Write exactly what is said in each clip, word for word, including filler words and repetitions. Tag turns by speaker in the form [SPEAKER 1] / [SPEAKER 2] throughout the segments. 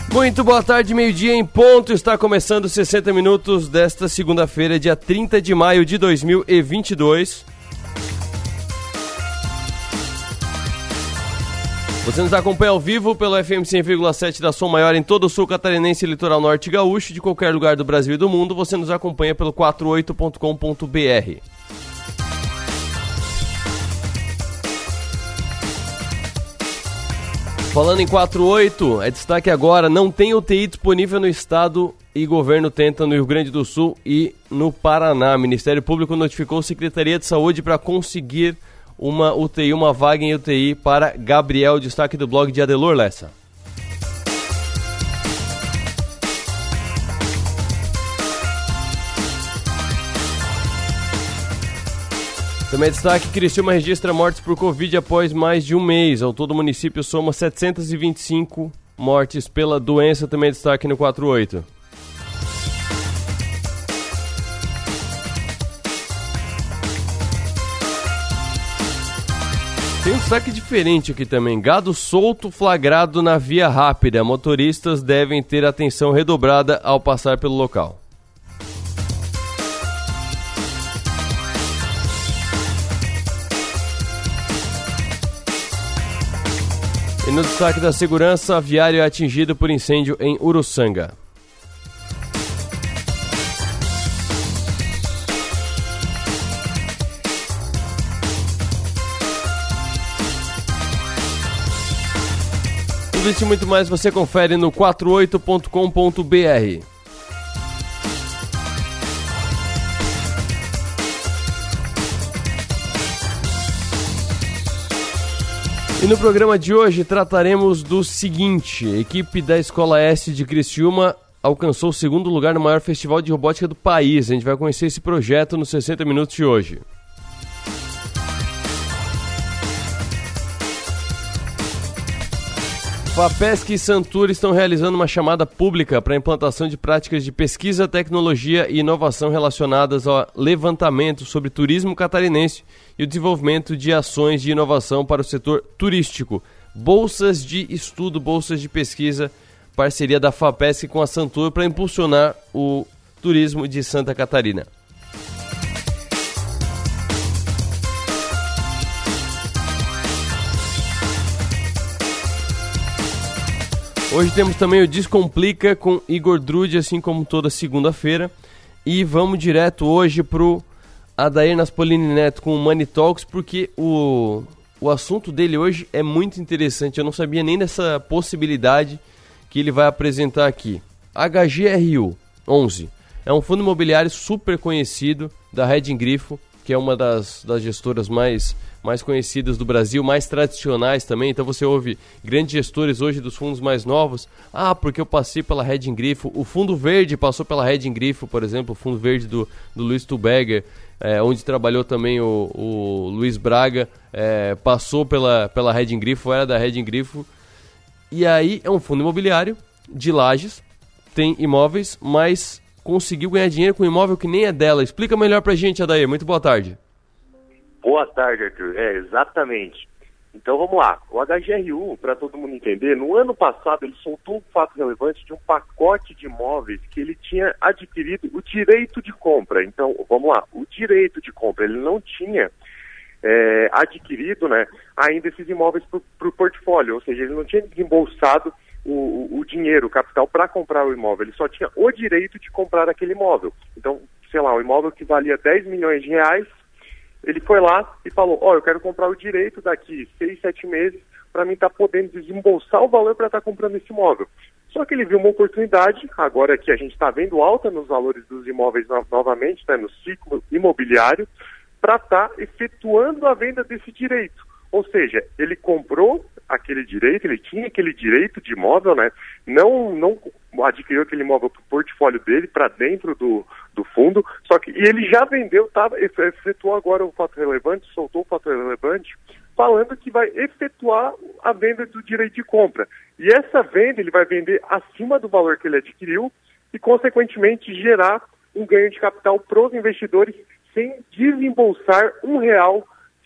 [SPEAKER 1] Muito boa tarde, meio-dia em ponto, está começando sessenta minutos desta segunda-feira, dia trinta de maio de dois mil e vinte e dois. Você nos acompanha ao vivo pelo F M cem vírgula sete da Som Maior em todo o sul catarinense, litoral norte gaúcho, de qualquer lugar do Brasil e do mundo. Você nos acompanha pelo quarenta e oito ponto com ponto b r. Falando em quarenta e oito, é destaque agora, não tem U T I disponível no estado e governo tenta no Rio Grande do Sul e no Paraná. O Ministério Público notificou a Secretaria de Saúde para conseguir uma U T I, uma vaga em U T I para Gabriel, destaque do blog de Adelor Lessa. Também destaque, Criciúma registra mortes por Covid após mais de um mês. Ao todo o município soma setecentas e vinte e cinco mortes pela doença. Também destaque no quarenta e oito. Tem um destaque diferente aqui também. Gado solto flagrado na via rápida. Motoristas devem ter atenção redobrada ao passar pelo local. E no destaque da segurança, viário é atingido por incêndio em Uruçanga. Tudo isso e muito mais você confere no quarenta e oito ponto com ponto b r. E no programa de hoje trataremos do seguinte: a equipe da Escola S de Criciúma alcançou o segundo lugar no maior festival de robótica do país. A gente vai conhecer esse projeto nos sessenta minutos de hoje. FAPESC e Santur estão realizando uma chamada pública para a implantação de práticas de pesquisa, tecnologia e inovação relacionadas ao levantamento sobre turismo catarinense e o desenvolvimento de ações de inovação para o setor turístico. Bolsas de estudo, bolsas de pesquisa, parceria da FAPESC com a Santur para impulsionar o turismo de Santa Catarina. Hoje temos também o Descomplica com Igor Drude, assim como toda segunda-feira. E vamos direto hoje pro Adair Naspolini Neto com o Money Talks, porque o, o assunto dele hoje é muito interessante. Eu não sabia nem dessa possibilidade que ele vai apresentar aqui. H G R U onze é um fundo imobiliário super conhecido da Reding Grifo, que é uma das, das gestoras mais, mais conhecidas do Brasil, mais tradicionais também. Então você ouve grandes gestores hoje dos fundos mais novos. Ah, porque eu passei pela Reding Grifo. O Fundo Verde passou pela Reding Grifo, por exemplo, o Fundo Verde do, do Luiz Tubegger, é, onde trabalhou também o, o Luiz Braga, é, passou pela, pela Reding Grifo, era da Reding Grifo. E aí é um fundo imobiliário de Lages, tem imóveis, mas conseguiu ganhar dinheiro com um imóvel que nem é dela. Explica melhor pra gente, Adair. Muito boa tarde.
[SPEAKER 2] Boa tarde, Arthur. É, exatamente. Então vamos lá. O H G R U, para todo mundo entender, no ano passado ele soltou um fato relevante de um pacote de imóveis que ele tinha adquirido o direito de compra. Então, vamos lá. O direito de compra, ele não tinha é, adquirido, né, ainda esses imóveis para o portfólio, ou seja, ele não tinha desembolsado O, o dinheiro, o capital para comprar o imóvel, ele só tinha o direito de comprar aquele imóvel. Então, sei lá, o imóvel que valia dez milhões de reais, ele foi lá e falou, ó, oh, eu quero comprar o direito daqui seis, sete meses para mim estar tá podendo desembolsar o valor para estar tá comprando esse imóvel. Só que ele viu uma oportunidade, agora que a gente está vendo alta nos valores dos imóveis no, novamente, né, no ciclo imobiliário, para estar tá efetuando a venda desse direito. Ou seja, ele comprou aquele direito, ele tinha aquele direito de imóvel, né? Não, não adquiriu aquele imóvel para o portfólio dele, para dentro do, do fundo, só que e ele já vendeu, tá, efetuou agora o fato relevante, soltou o fato relevante, falando que vai efetuar a venda do direito de compra. E essa venda ele vai vender acima do valor que ele adquiriu e, consequentemente, gerar um ganho de capital para os investidores sem desembolsar um real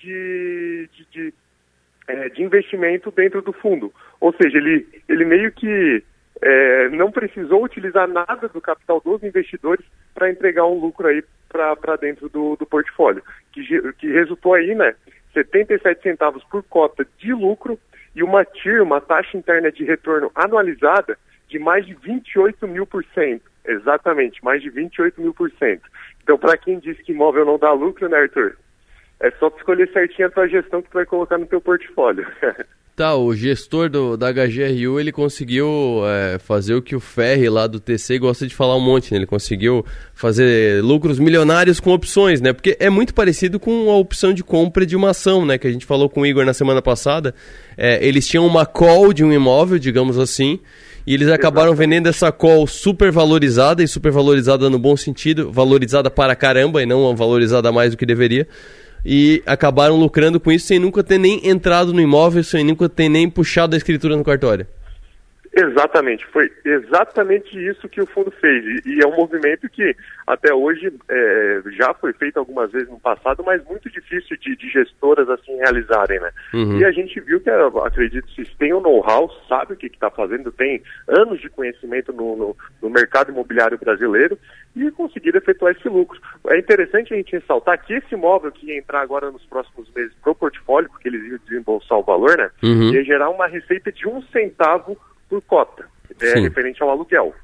[SPEAKER 2] de, de, de, é, de investimento dentro do fundo. Ou seja, ele, ele meio que é, não precisou utilizar nada do capital dos investidores para entregar um lucro aí para dentro do, do portfólio, que, que resultou aí, né, setenta e sete centavos por cota de lucro e uma T I R, uma taxa interna de retorno anualizada de mais de vinte e oito mil por cento. Exatamente, mais de vinte e oito mil por cento. Então, para quem diz que imóvel não dá lucro, né, Arthur? É só escolher certinho a tua gestão que tu vai colocar no teu portfólio.
[SPEAKER 1] Tá, o gestor do, da H G R U, ele conseguiu é, fazer o que o Ferri lá do T C gosta de falar um monte, né? Ele conseguiu fazer lucros milionários com opções, né? Porque é muito parecido com a opção de compra de uma ação, né? Que a gente falou com o Igor na semana passada. É, eles tinham uma call de um imóvel, digamos assim, e eles acabaram Exatamente. vendendo essa call super valorizada, e super valorizada no bom sentido, valorizada para caramba e não valorizada mais do que deveria. E acabaram lucrando com isso sem nunca ter nem entrado no imóvel, sem nunca ter nem puxado a escritura no cartório.
[SPEAKER 2] Exatamente, foi exatamente isso que o fundo fez, e, e é um movimento que até hoje é, já foi feito algumas vezes no passado, mas muito difícil de, de gestoras assim realizarem, né? Uhum. E a gente viu que, acredito, se tem o know-how, sabe o que está fazendo, tem anos de conhecimento no, no, no mercado imobiliário brasileiro e conseguiram efetuar esse lucro. É interessante a gente ressaltar que esse imóvel que ia entrar agora nos próximos meses para o portfólio, porque eles iam desembolsar o valor, né? Uhum. Ia gerar uma receita de um centavo por cota, é, referente ao aluguel.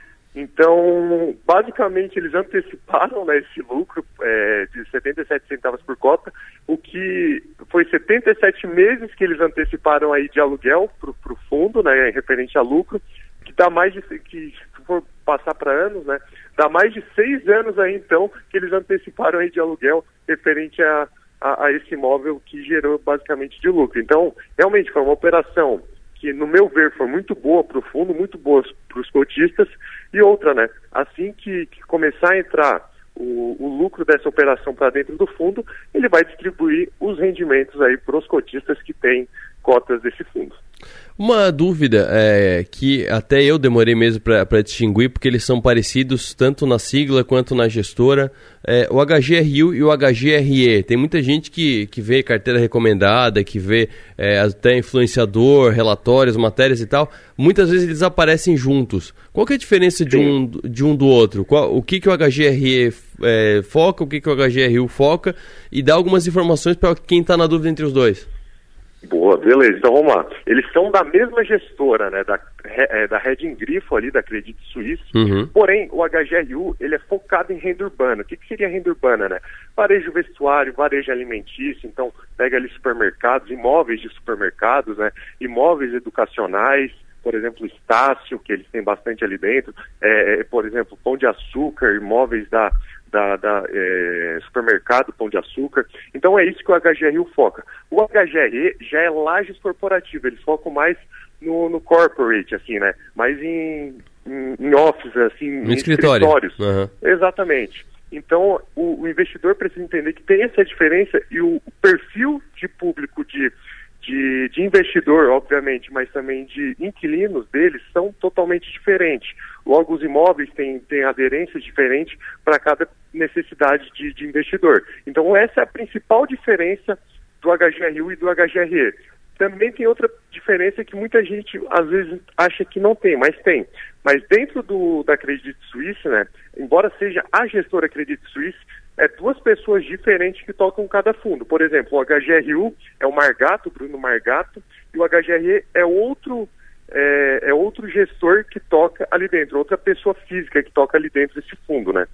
[SPEAKER 2] Então, basicamente, eles anteciparam, né, esse lucro é, de setenta e sete centavos por cota, o que foi setenta e sete meses que eles anteciparam aí de aluguel para o fundo, né, referente a lucro, que dá mais de, que se for passar para anos, né, dá mais de seis anos aí, então, que eles anteciparam aí de aluguel referente a, a, a esse imóvel que gerou basicamente de lucro. Então, realmente foi uma operação que, no meu ver, foi muito boa para o fundo, muito boa para os cotistas, e outra, né, assim que, que começar a entrar o, o lucro dessa operação para dentro do fundo, ele vai distribuir os rendimentos aí para os cotistas que têm cotas desse fundo.
[SPEAKER 1] Uma dúvida é, que até eu demorei mesmo para distinguir, porque eles são parecidos tanto na sigla quanto na gestora, é, o H G R U e o H G R E. Tem muita gente que, que vê carteira recomendada, que vê é, até influenciador, relatórios, matérias e tal. Muitas vezes eles aparecem juntos. Qual que é a diferença de um, de um do outro? Qual, o que, que o H G R E é, foca, o que, que o H G R U foca? E dá algumas informações para quem está na dúvida entre os dois.
[SPEAKER 2] Boa, beleza, então vamos lá. Eles são da mesma gestora, né, da, é, da Reding Grifo ali, da Credit Suisse, uhum. Porém, o H G R U, ele é focado em renda urbana. O que, que seria renda urbana, né? Varejo vestuário, varejo alimentício, então pega ali supermercados, imóveis de supermercados, né, imóveis educacionais, por exemplo, Estácio, que eles têm bastante ali dentro, é, por exemplo, Pão de Açúcar, imóveis da... da, da é, supermercado, Pão de Açúcar. Então é isso que o H G R U foca. O H G R E já é lajes corporativa, eles focam mais no, no corporate, assim, né? Mais em, em, em office, assim,
[SPEAKER 1] no em escritório. escritórios. Uhum.
[SPEAKER 2] Exatamente. Então o, o investidor precisa entender que tem essa diferença e o, o perfil de público de De, de investidor, obviamente, mas também de inquilinos deles são totalmente diferentes. Logo, os imóveis têm, têm aderências diferentes para cada necessidade de, de investidor. Então, essa é a principal diferença do H G R U e do H G R E. Também tem outra diferença que muita gente, às vezes, acha que não tem, mas tem. Mas dentro do, da Credit Suisse, né, embora seja a gestora Credit Suisse, é duas pessoas diferentes que tocam cada fundo. Por exemplo, o H G R U é o Margato, Bruno Margato, e o H G R E é outro, é, é outro gestor que toca ali dentro, outra pessoa física que toca ali dentro desse fundo, né?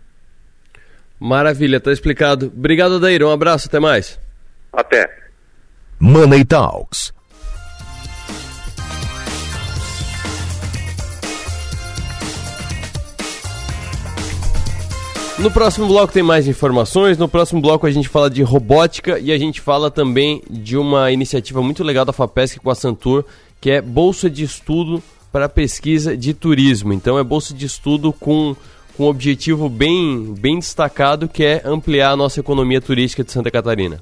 [SPEAKER 1] Maravilha, tá explicado. Obrigado, Adair. Um abraço, até mais.
[SPEAKER 2] Até.
[SPEAKER 3] Money Talks.
[SPEAKER 1] No próximo bloco tem mais informações, no próximo bloco a gente fala de robótica e a gente fala também de uma iniciativa muito legal da FAPESC com a Santur, que é Bolsa de Estudo para Pesquisa de Turismo. Então é bolsa de estudo com, com um objetivo bem, bem destacado, que é ampliar a nossa economia turística de Santa Catarina.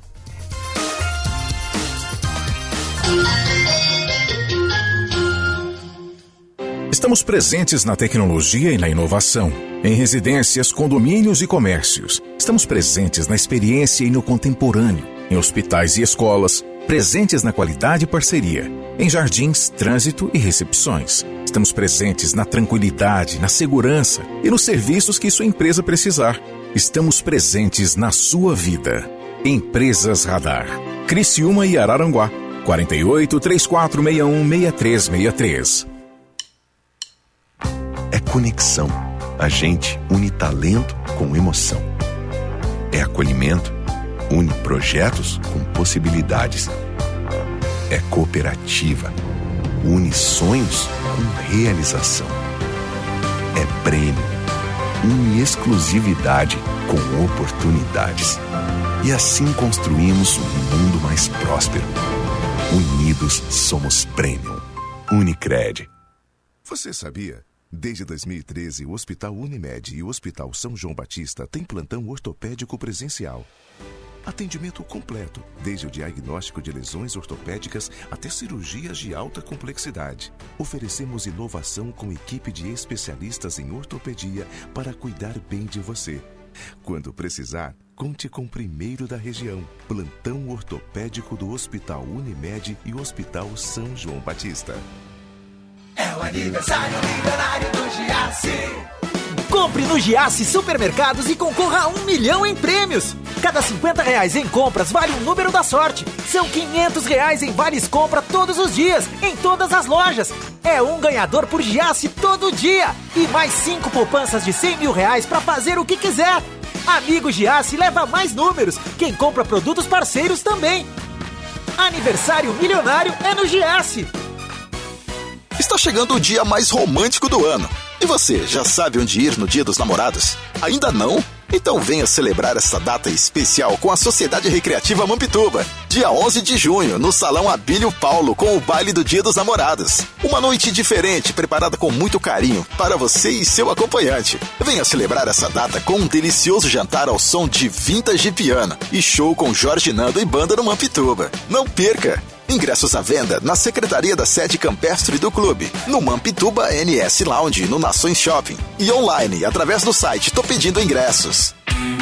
[SPEAKER 3] Estamos presentes na tecnologia e na inovação, em residências, condomínios e comércios. Estamos presentes na experiência e no contemporâneo, em hospitais e escolas, Presentes na qualidade e parceria, em jardins, trânsito e recepções. Estamos presentes na tranquilidade, na segurança e nos serviços que sua empresa precisar. Estamos presentes na sua vida. Empresas Radar. Criciúma e Araranguá. quarenta e oito, trinta e quatro, sessenta e um, sessenta e três sessenta e três.
[SPEAKER 4] É conexão. A gente une talento com emoção. É acolhimento. Une projetos com possibilidades. É cooperativa. Une sonhos com realização. É prêmio. Une exclusividade com oportunidades. E assim construímos um mundo mais próspero. Unidos somos Premium. Unicred.
[SPEAKER 5] Você sabia? Desde dois mil e treze, o Hospital Unimed e o Hospital São João Batista têm plantão ortopédico presencial. Atendimento completo, desde o diagnóstico de lesões ortopédicas até cirurgias de alta complexidade. Oferecemos inovação com equipe de especialistas em ortopedia para cuidar bem de você. Quando precisar, conte com o primeiro da região. Plantão ortopédico do Hospital Unimed e Hospital São João Batista.
[SPEAKER 6] É o aniversário milionário do Giasse.
[SPEAKER 7] Compre no Giasse Supermercados e concorra a um milhão em prêmios. Cada cinquenta reais em compras vale um número da sorte. São quinhentos reais em vales compra todos os dias, em todas as lojas. É um ganhador por Giasse todo dia. E mais cinco poupanças de cem mil reais para fazer o que quiser. Amigo Giasse leva mais números. Quem compra produtos parceiros também. Aniversário milionário é no Giasse.
[SPEAKER 8] Está chegando o dia mais romântico do ano. E você, já sabe onde ir no Dia dos Namorados? Ainda não? Então venha celebrar essa data especial com a Sociedade Recreativa Mampituba. Dia onze de junho, no Salão Abílio Paulo, com o baile do Dia dos Namorados. Uma noite diferente, preparada com muito carinho para você e seu acompanhante. Venha celebrar essa data com um delicioso jantar ao som de vintage piano e show com Jorge Nando e banda no Mampituba. Não perca! Ingressos à venda na Secretaria da Sede Campestre do Clube, no Mampituba N S Lounge, no Nações Shopping. E online, através do site Tô Pedindo Ingressos.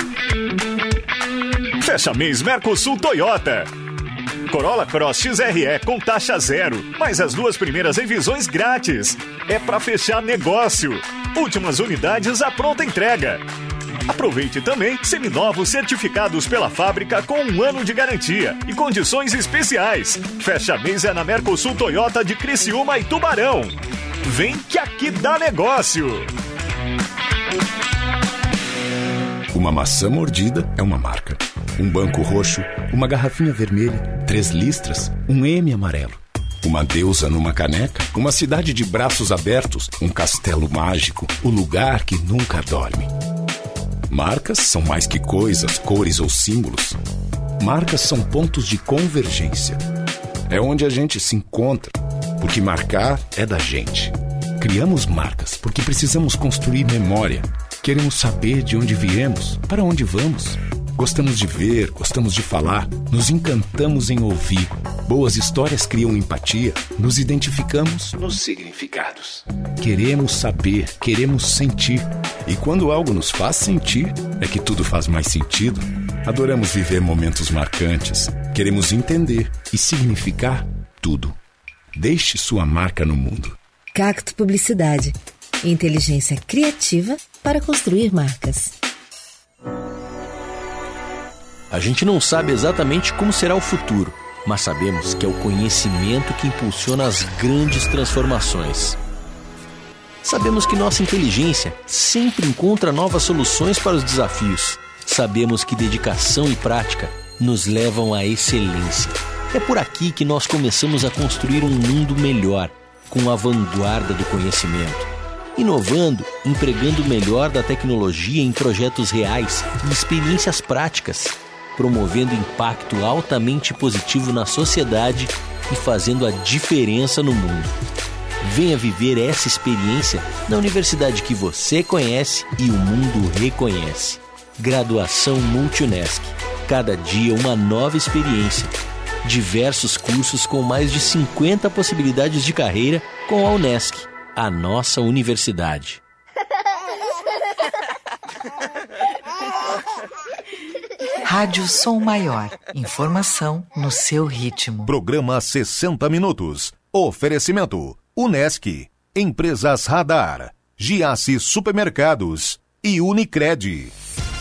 [SPEAKER 9] Fecha mês Mercosul Toyota. Corolla Cross X R E com taxa zero, mais as duas primeiras revisões grátis. É pra fechar negócio. Últimas unidades à pronta entrega. Aproveite também seminovos certificados pela fábrica com um ano de garantia e condições especiais. Fecha mês é na Mercosul Toyota de Criciúma e Tubarão. Vem que aqui dá negócio.
[SPEAKER 10] Uma maçã mordida é uma marca. Um banco roxo, uma garrafinha vermelha, três listras, um M amarelo. Uma deusa numa caneca, uma cidade de braços abertos, um castelo mágico, o lugar que nunca dorme. Marcas são mais que coisas, cores ou símbolos. Marcas são pontos de convergência. É onde a gente se encontra, porque marcar é da gente. Criamos marcas porque precisamos construir memória. Queremos saber de onde viemos, para onde vamos. Gostamos de ver, gostamos de falar, nos encantamos em ouvir. Boas histórias criam empatia, nos identificamos nos significados. Queremos saber, queremos sentir. E quando algo nos faz sentir, é que tudo faz mais sentido. Adoramos viver momentos marcantes. Queremos entender e significar tudo. Deixe sua marca no mundo.
[SPEAKER 11] Cacto Publicidade. Inteligência criativa para construir marcas.
[SPEAKER 12] A gente não sabe exatamente como será o futuro, mas sabemos que é o conhecimento que impulsiona as grandes transformações. Sabemos que nossa inteligência sempre encontra novas soluções para os desafios. Sabemos que dedicação e prática nos levam à excelência. É por aqui que nós começamos a construir um mundo melhor, com a vanguarda do conhecimento. Inovando, empregando o melhor da tecnologia em projetos reais e experiências práticas, promovendo impacto altamente positivo na sociedade e fazendo a diferença no mundo. Venha viver essa experiência na universidade que você conhece e o mundo reconhece. Graduação Multunesc. Cada dia uma nova experiência. Diversos cursos com mais de cinquenta possibilidades de carreira com a Unesc, a nossa universidade.
[SPEAKER 13] Rádio Som Maior. Informação no seu ritmo.
[SPEAKER 3] Programa sessenta minutos. Oferecimento. Unesc. Empresas Radar. Giasse Supermercados. E Unicred.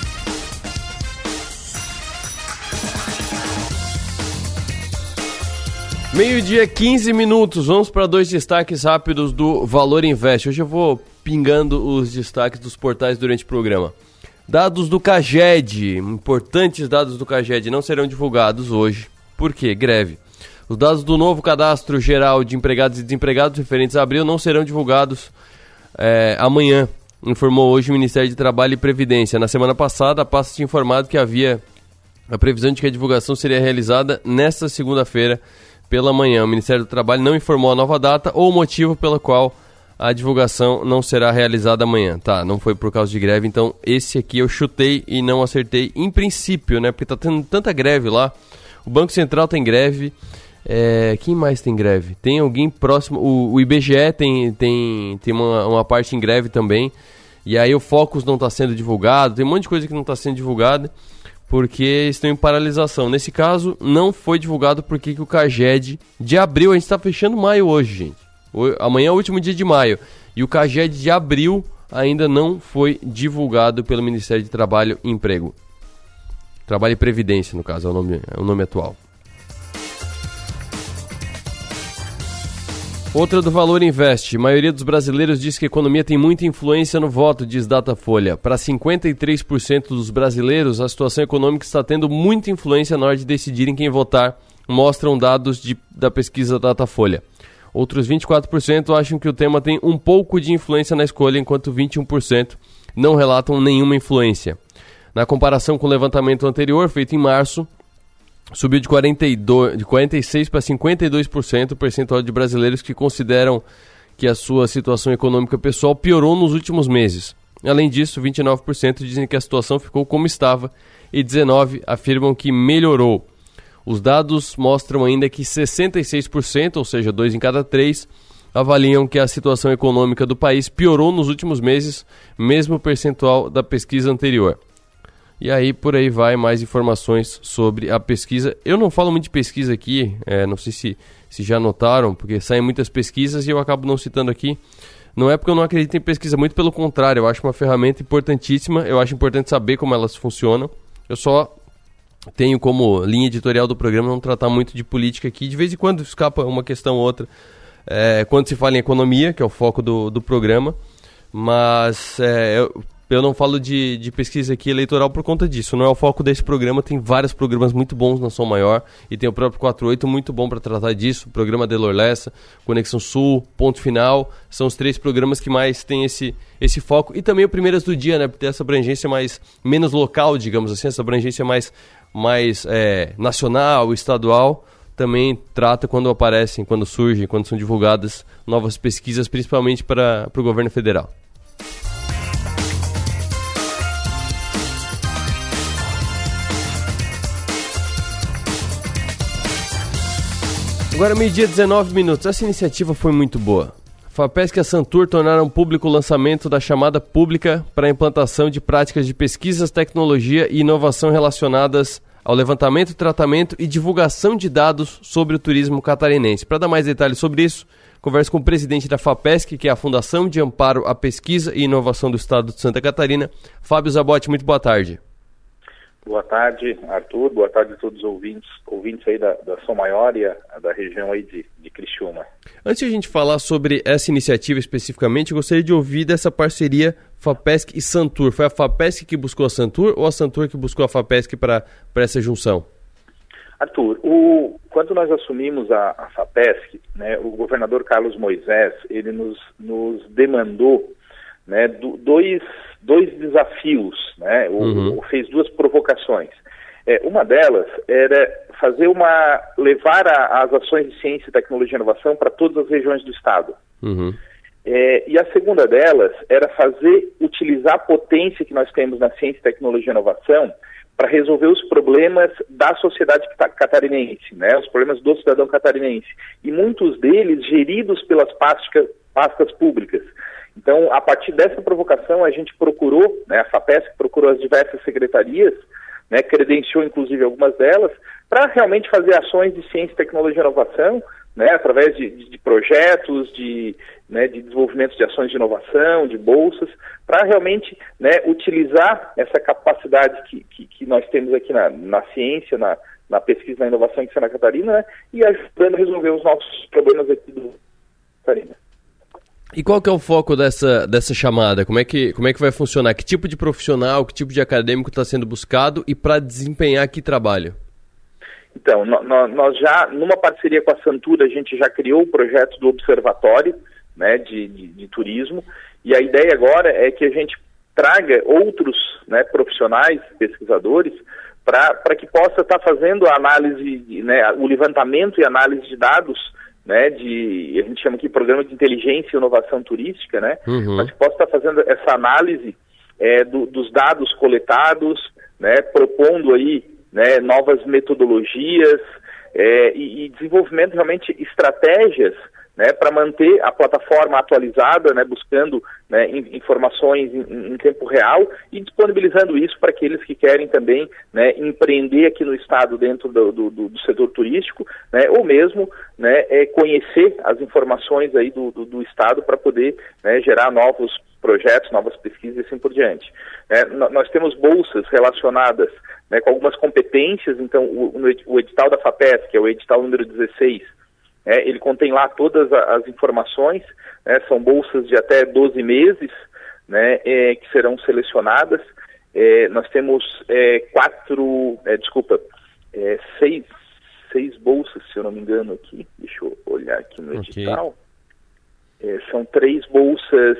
[SPEAKER 1] Meio-dia, quinze minutos. Vamos para dois destaques rápidos do Valor Invest. Hoje eu vou pingando os destaques dos portais durante o programa. Dados do CAGED, importantes dados do CAGED, não serão divulgados hoje. Por quê? Greve. Os dados do novo Cadastro Geral de Empregados e Desempregados referentes a abril não serão divulgados é, amanhã, informou hoje o Ministério de Trabalho e Previdência. Na semana passada, a pasta tinha informado que havia a previsão de que a divulgação seria realizada nesta segunda-feira pela manhã. O Ministério do Trabalho não informou a nova data ou o motivo pelo qual a divulgação não será realizada amanhã. Tá, não foi por causa de greve, então esse aqui eu chutei e não acertei em princípio, né? Porque tá tendo tanta greve lá. O Banco Central tem greve. É, quem mais tem greve? Tem alguém próximo. O, o I B G E tem, tem, tem uma, uma parte em greve também. E aí o Focus não está sendo divulgado. Tem um monte de coisa que não está sendo divulgada porque estão em paralisação. Nesse caso, não foi divulgado porque que o CAGED de abril, a gente está fechando maio hoje, gente. Amanhã é o último dia de maio. E o CAGED de abril ainda não foi divulgado pelo Ministério de Trabalho e Emprego. Trabalho e Previdência, no caso, é o nome, é o nome atual. Outra do Valor Invest. A maioria dos brasileiros diz que a economia tem muita influência no voto, diz Datafolha. Para cinquenta e três por cento dos brasileiros, a situação econômica está tendo muita influência na hora de decidirem quem votar, mostram dados de, da pesquisa Datafolha. Outros vinte e quatro por cento acham que o tema tem um pouco de influência na escolha, enquanto vinte e um por cento não relatam nenhuma influência. Na comparação com o levantamento anterior, feito em março, subiu de, quarenta e dois, de quarenta e seis por cento para cinquenta e dois por cento o percentual de brasileiros que consideram que a sua situação econômica pessoal piorou nos últimos meses. Além disso, vinte e nove por cento dizem que a situação ficou como estava e dezenove por cento afirmam que melhorou. Os dados mostram ainda que sessenta e seis por cento, ou seja, dois em cada três, avaliam que a situação econômica do país piorou nos últimos meses, mesmo percentual da pesquisa anterior. E aí, por aí vai, mais informações sobre a pesquisa. Eu não falo muito de pesquisa aqui, é, não sei se, se já notaram, porque saem muitas pesquisas e eu acabo não citando aqui. Não é porque eu não acredito em pesquisa, muito pelo contrário, eu acho uma ferramenta importantíssima, eu acho importante saber como elas funcionam. Eu só tenho como linha editorial do programa não tratar muito de política aqui. De vez em quando escapa uma questão ou outra, é, quando se fala em economia, que é o foco do, do programa. Mas é, eu, eu não falo de, de pesquisa aqui eleitoral por conta disso. Não é o foco desse programa. Tem vários programas muito bons na Som Maior. E tem o próprio quatro oito muito bom para tratar disso. O programa Delor Lessa, Conexão Sul, Ponto Final. São os três programas que mais têm esse, esse foco. E também o Primeiras do Dia, né? Por ter essa abrangência mais, menos local, digamos assim. Essa abrangência mais... mais é, nacional, estadual, também trata quando aparecem, quando surgem, quando são divulgadas novas pesquisas, principalmente para, para o governo federal. Agora, meio-dia, dezenove minutos. Essa iniciativa foi muito boa. FAPESC e a Santur tornaram público o lançamento da chamada pública para a implantação de práticas de pesquisas, tecnologia e inovação relacionadas ao levantamento, tratamento e divulgação de dados sobre o turismo catarinense. Para dar mais detalhes sobre isso, converso com o presidente da FAPESC, que é a Fundação de Amparo à Pesquisa e Inovação do Estado de Santa Catarina, Fábio Zabotti. Muito boa tarde.
[SPEAKER 14] Boa tarde, Arthur. Boa tarde a todos os ouvintes, ouvintes aí da, da Som Maior e a, da região aí de, de Criciúma.
[SPEAKER 1] Antes de a gente falar sobre essa iniciativa especificamente, eu gostaria de ouvir dessa parceria FAPESC e Santur. Foi a FAPESC que buscou a Santur ou a Santur que buscou a FAPESC para essa junção?
[SPEAKER 14] Arthur, o, quando nós assumimos a, a FAPESC, né, o governador Carlos Moisés, ele nos, nos demandou, né, do, dois, dois desafios, né, uhum. o, fez duas provocações. É, uma delas era fazer uma, levar a, as ações de ciência, tecnologia e inovação para todas as regiões do estado. Uhum. É, e a segunda delas era fazer, utilizar a potência que nós temos na ciência, tecnologia e inovação para resolver os problemas da sociedade catarinense, né, os problemas do cidadão catarinense, e muitos deles geridos pelas pastas, pastas públicas. Então, a partir dessa provocação, a gente procurou, né, a FAPESC procurou as diversas secretarias né, credenciou inclusive algumas delas, para realmente fazer ações de ciência, tecnologia e inovação, né, através de, de, de projetos, de, né, de desenvolvimento de ações de inovação, de bolsas, para realmente, né, utilizar essa capacidade que, que, que nós temos aqui na, na ciência, na, na pesquisa, na inovação em Santa Catarina, né, e ajudando a resolver os nossos problemas aqui do Catarina.
[SPEAKER 1] E qual que é o foco dessa, dessa chamada? Como é, que, como é que vai funcionar? Que tipo de profissional, que tipo de acadêmico está sendo buscado e para desempenhar que trabalho?
[SPEAKER 14] Então, no, nós já, numa parceria com a Santura, a gente já criou o projeto do Observatório, né, de, de, de turismo, e a ideia agora é que a gente traga outros, né, profissionais, pesquisadores, para que possa estar tá fazendo a análise, né, o levantamento e análise de dados, né, de, a gente chama aqui programa de inteligência e inovação turística, né,
[SPEAKER 1] uhum.
[SPEAKER 14] mas que possa estar tá fazendo essa análise é, do, dos dados coletados, né, propondo aí, né, novas metodologias é, e, e desenvolvimento realmente estratégias, né, para manter a plataforma atualizada, né, buscando, né, in, informações em, em tempo real e disponibilizando isso para aqueles que querem também, né, empreender aqui no estado dentro do, do, do setor turístico, né, ou mesmo, né, é, conhecer as informações aí do, do, do estado para poder, né, gerar novos projetos, novas pesquisas e assim por diante. É, nós temos bolsas relacionadas, né, com algumas competências. Então o, o edital da FAPESC, que é o edital número dezesseis, é, ele contém lá todas as informações, né, são bolsas de até doze meses, né, é, que serão selecionadas. É, nós temos é, quatro, é, desculpa, é, seis, seis bolsas, se eu não me engano aqui, deixa eu olhar aqui no edital. Okay. É, são três bolsas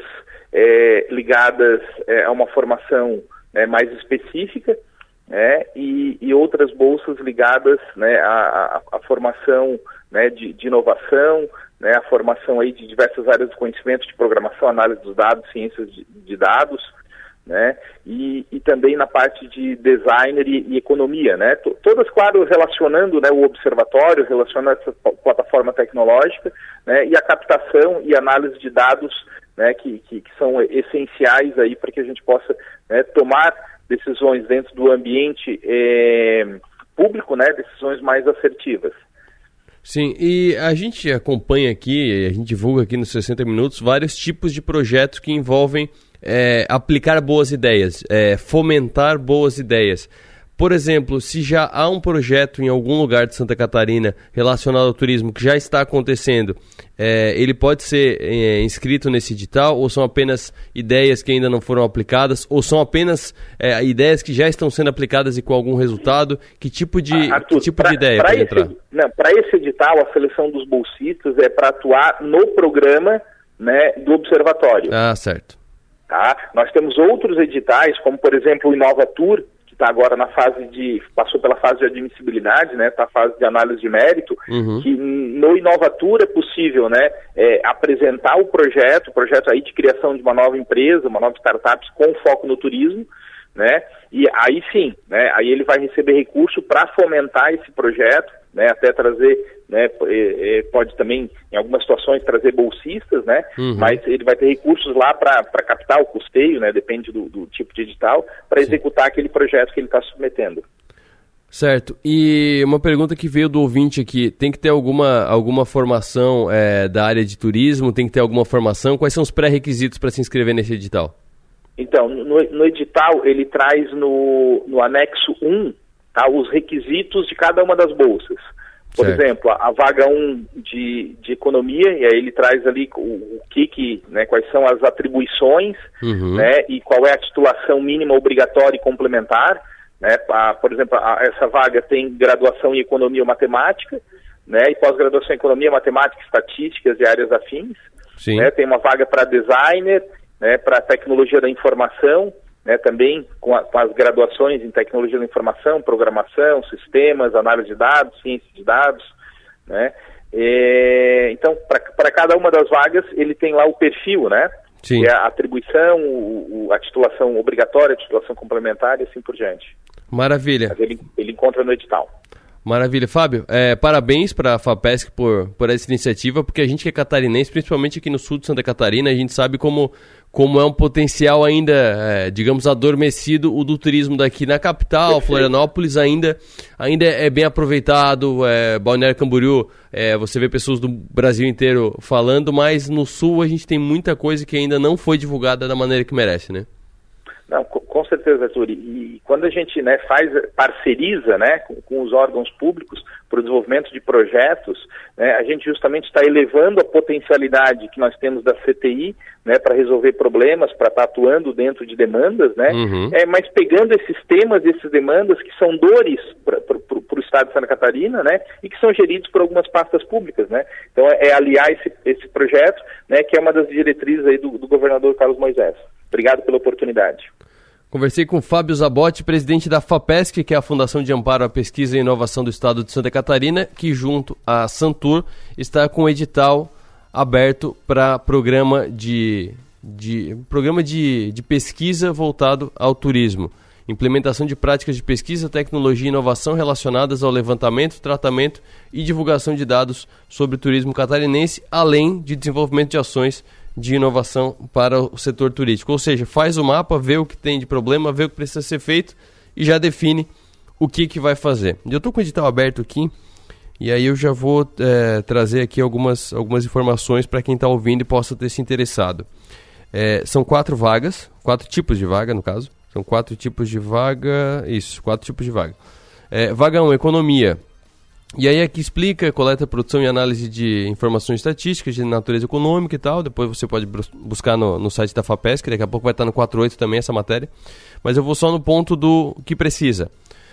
[SPEAKER 14] é, ligadas é, a uma formação, né, mais específica, né, e, e outras bolsas ligadas, né, à, à, à formação, né, de, de inovação, né, a formação aí de diversas áreas de conhecimento, de programação, análise dos dados, ciências de, de dados, né, e, e também na parte de designer e, e economia, né, T- todas, claro, relacionando, né, o observatório, relacionando essa plataforma tecnológica, né, e a captação e análise de dados, né, que, que, que são essenciais aí para que a gente possa, né, tomar decisões dentro do ambiente é, público, né, decisões mais assertivas.
[SPEAKER 1] Sim, e a gente acompanha aqui, a gente divulga aqui nos sessenta minutos vários tipos de projetos que envolvem é, aplicar boas ideias, é, fomentar boas ideias. Por exemplo, se já há um projeto em algum lugar de Santa Catarina relacionado ao turismo que já está acontecendo, é, ele pode ser é, inscrito nesse edital, ou são apenas ideias que ainda não foram aplicadas, ou são apenas é, ideias que já estão sendo aplicadas e com algum resultado? Que tipo de,
[SPEAKER 14] Arthur,
[SPEAKER 1] que tipo
[SPEAKER 14] pra,
[SPEAKER 1] de ideia
[SPEAKER 14] pode
[SPEAKER 1] esse, entrar?
[SPEAKER 14] Não, para esse edital, a seleção dos bolsistas é para atuar no programa, né, do observatório.
[SPEAKER 1] Ah, certo.
[SPEAKER 14] Tá? Nós temos outros editais, como por exemplo o Inovatur, está agora na fase de, passou pela fase de admissibilidade, né, está a fase de análise de mérito,
[SPEAKER 1] uhum.
[SPEAKER 14] que no Inovatur é possível, né, é, apresentar o projeto, o projeto aí de criação de uma nova empresa, uma nova startup com foco no turismo, né, e aí sim, né, aí ele vai receber recurso para fomentar esse projeto, né, até trazer, né, é, é, pode também, em algumas situações, trazer bolsistas, né,
[SPEAKER 1] uhum.
[SPEAKER 14] mas ele vai ter recursos lá para captar o custeio, né, depende do, do tipo de edital, para executar aquele projeto que ele está submetendo.
[SPEAKER 1] Certo. E uma pergunta que veio do ouvinte aqui, tem que ter alguma, alguma formação é, da área de turismo, tem que ter alguma formação? Quais são os pré-requisitos para se inscrever nesse edital?
[SPEAKER 14] Então, no, no edital, ele traz no, no anexo um, tá, os requisitos de cada uma das bolsas. Por certo. exemplo, a, a vaga um de, de economia, e aí ele traz ali o, o que, que, né, quais são as atribuições,
[SPEAKER 1] uhum.
[SPEAKER 14] né, e qual é a titulação mínima obrigatória e complementar. Né, a, por exemplo, a, essa vaga tem graduação em economia ou matemática, né, e pós-graduação em economia, matemática, estatísticas e áreas afins.
[SPEAKER 1] Sim.
[SPEAKER 14] Né, tem uma vaga para designer, né, para tecnologia da informação, né, também com, a, com as graduações em tecnologia da informação, programação, sistemas, análise de dados, ciência de dados, né. E, então, para cada uma das vagas, ele tem lá o perfil, né,
[SPEAKER 1] Sim.
[SPEAKER 14] que é a atribuição, o, o, a titulação obrigatória, a titulação complementar e assim por diante.
[SPEAKER 1] Maravilha.
[SPEAKER 14] Mas ele, ele encontra no edital.
[SPEAKER 1] Maravilha. Fábio, é, parabéns para a FAPESC por, por essa iniciativa, porque a gente que é catarinense, principalmente aqui no sul de Santa Catarina, a gente sabe como, como é um potencial ainda, é, digamos, adormecido o do turismo daqui na capital. Perfeito. Florianópolis ainda, ainda é bem aproveitado, é, Balneário Camboriú, é, você vê pessoas do Brasil inteiro falando, mas no sul a gente tem muita coisa que ainda não foi divulgada da maneira que merece, né?
[SPEAKER 14] Não, com certeza, Arthur. E quando a gente, né, faz, parceriza, né, com, com os órgãos públicos para o desenvolvimento de projetos, né, a gente justamente está elevando a potencialidade que nós temos da C T I, né, para resolver problemas, para estar tá atuando dentro de demandas, né, uhum. é, mas pegando esses temas, essas demandas que são dores para o Estado de Santa Catarina, né, e que são geridos por algumas pastas públicas, né. Então é, é aliar esse, esse projeto, né, que é uma das diretrizes aí do, do governador Carlos Moisés. Obrigado pela oportunidade.
[SPEAKER 1] Conversei com Fábio Zabotti, presidente da FAPESC, que é a Fundação de Amparo à Pesquisa e Inovação do Estado de Santa Catarina, que junto à Santur está com o edital aberto para programa de, de, programa de, de pesquisa voltado ao turismo. Implementação de práticas de pesquisa, tecnologia e inovação relacionadas ao levantamento, tratamento e divulgação de dados sobre o turismo catarinense, além de desenvolvimento de ações de inovação para o setor turístico. Ou seja, faz o mapa, vê o que tem de problema, vê o que precisa ser feito e já define o que, que vai fazer. Eu estou com o edital aberto aqui e aí eu já vou é, trazer aqui algumas, algumas informações para quem está ouvindo e possa ter se interessado. É, são quatro vagas, quatro tipos de vaga no caso. São quatro tipos de vaga, isso, quatro tipos de vaga. É, vaga um, economia. E aí aqui explica, coleta, produção e análise de informações estatísticas de natureza econômica e tal. Depois você pode buscar no, no site da FAPESC, daqui a pouco vai estar no quatro oito também essa matéria. Mas eu vou só no ponto do que precisa.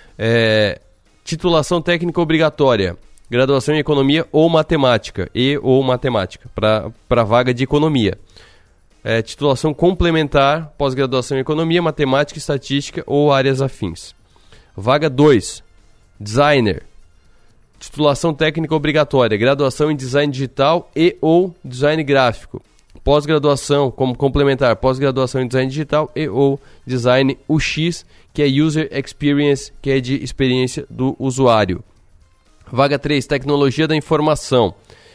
[SPEAKER 1] É, titulação técnica obrigatória, graduação em economia ou matemática, e ou matemática, para a vaga de economia. É, titulação complementar, pós-graduação em economia, matemática, estatística ou áreas afins. Vaga dois, designer. Titulação técnica obrigatória, graduação em design digital e ou design gráfico. Pós-graduação, como complementar, pós-graduação em design digital e ou design U X, que é User Experience, que é de experiência do usuário. Vaga três, tecnologia da informação.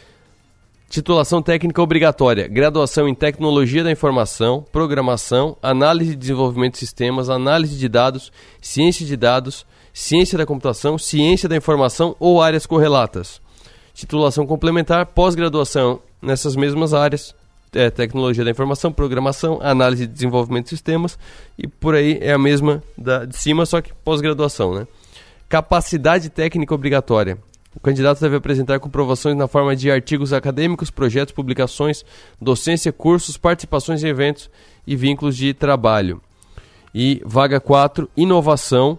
[SPEAKER 1] Titulação técnica obrigatória, graduação em tecnologia da informação, programação, análise e desenvolvimento de sistemas, análise de dados, ciência de dados, ciência da computação, ciência da informação ou áreas correlatas. Titulação complementar, pós-graduação nessas mesmas áreas, é, tecnologia da informação, programação, análise e desenvolvimento de sistemas, e por aí é a mesma da, de cima, só que pós-graduação, né? Capacidade técnica obrigatória. O candidato deve apresentar comprovações na forma de artigos acadêmicos, projetos, publicações, docência, cursos, participações em eventos e vínculos de trabalho. E vaga quatro, inovação.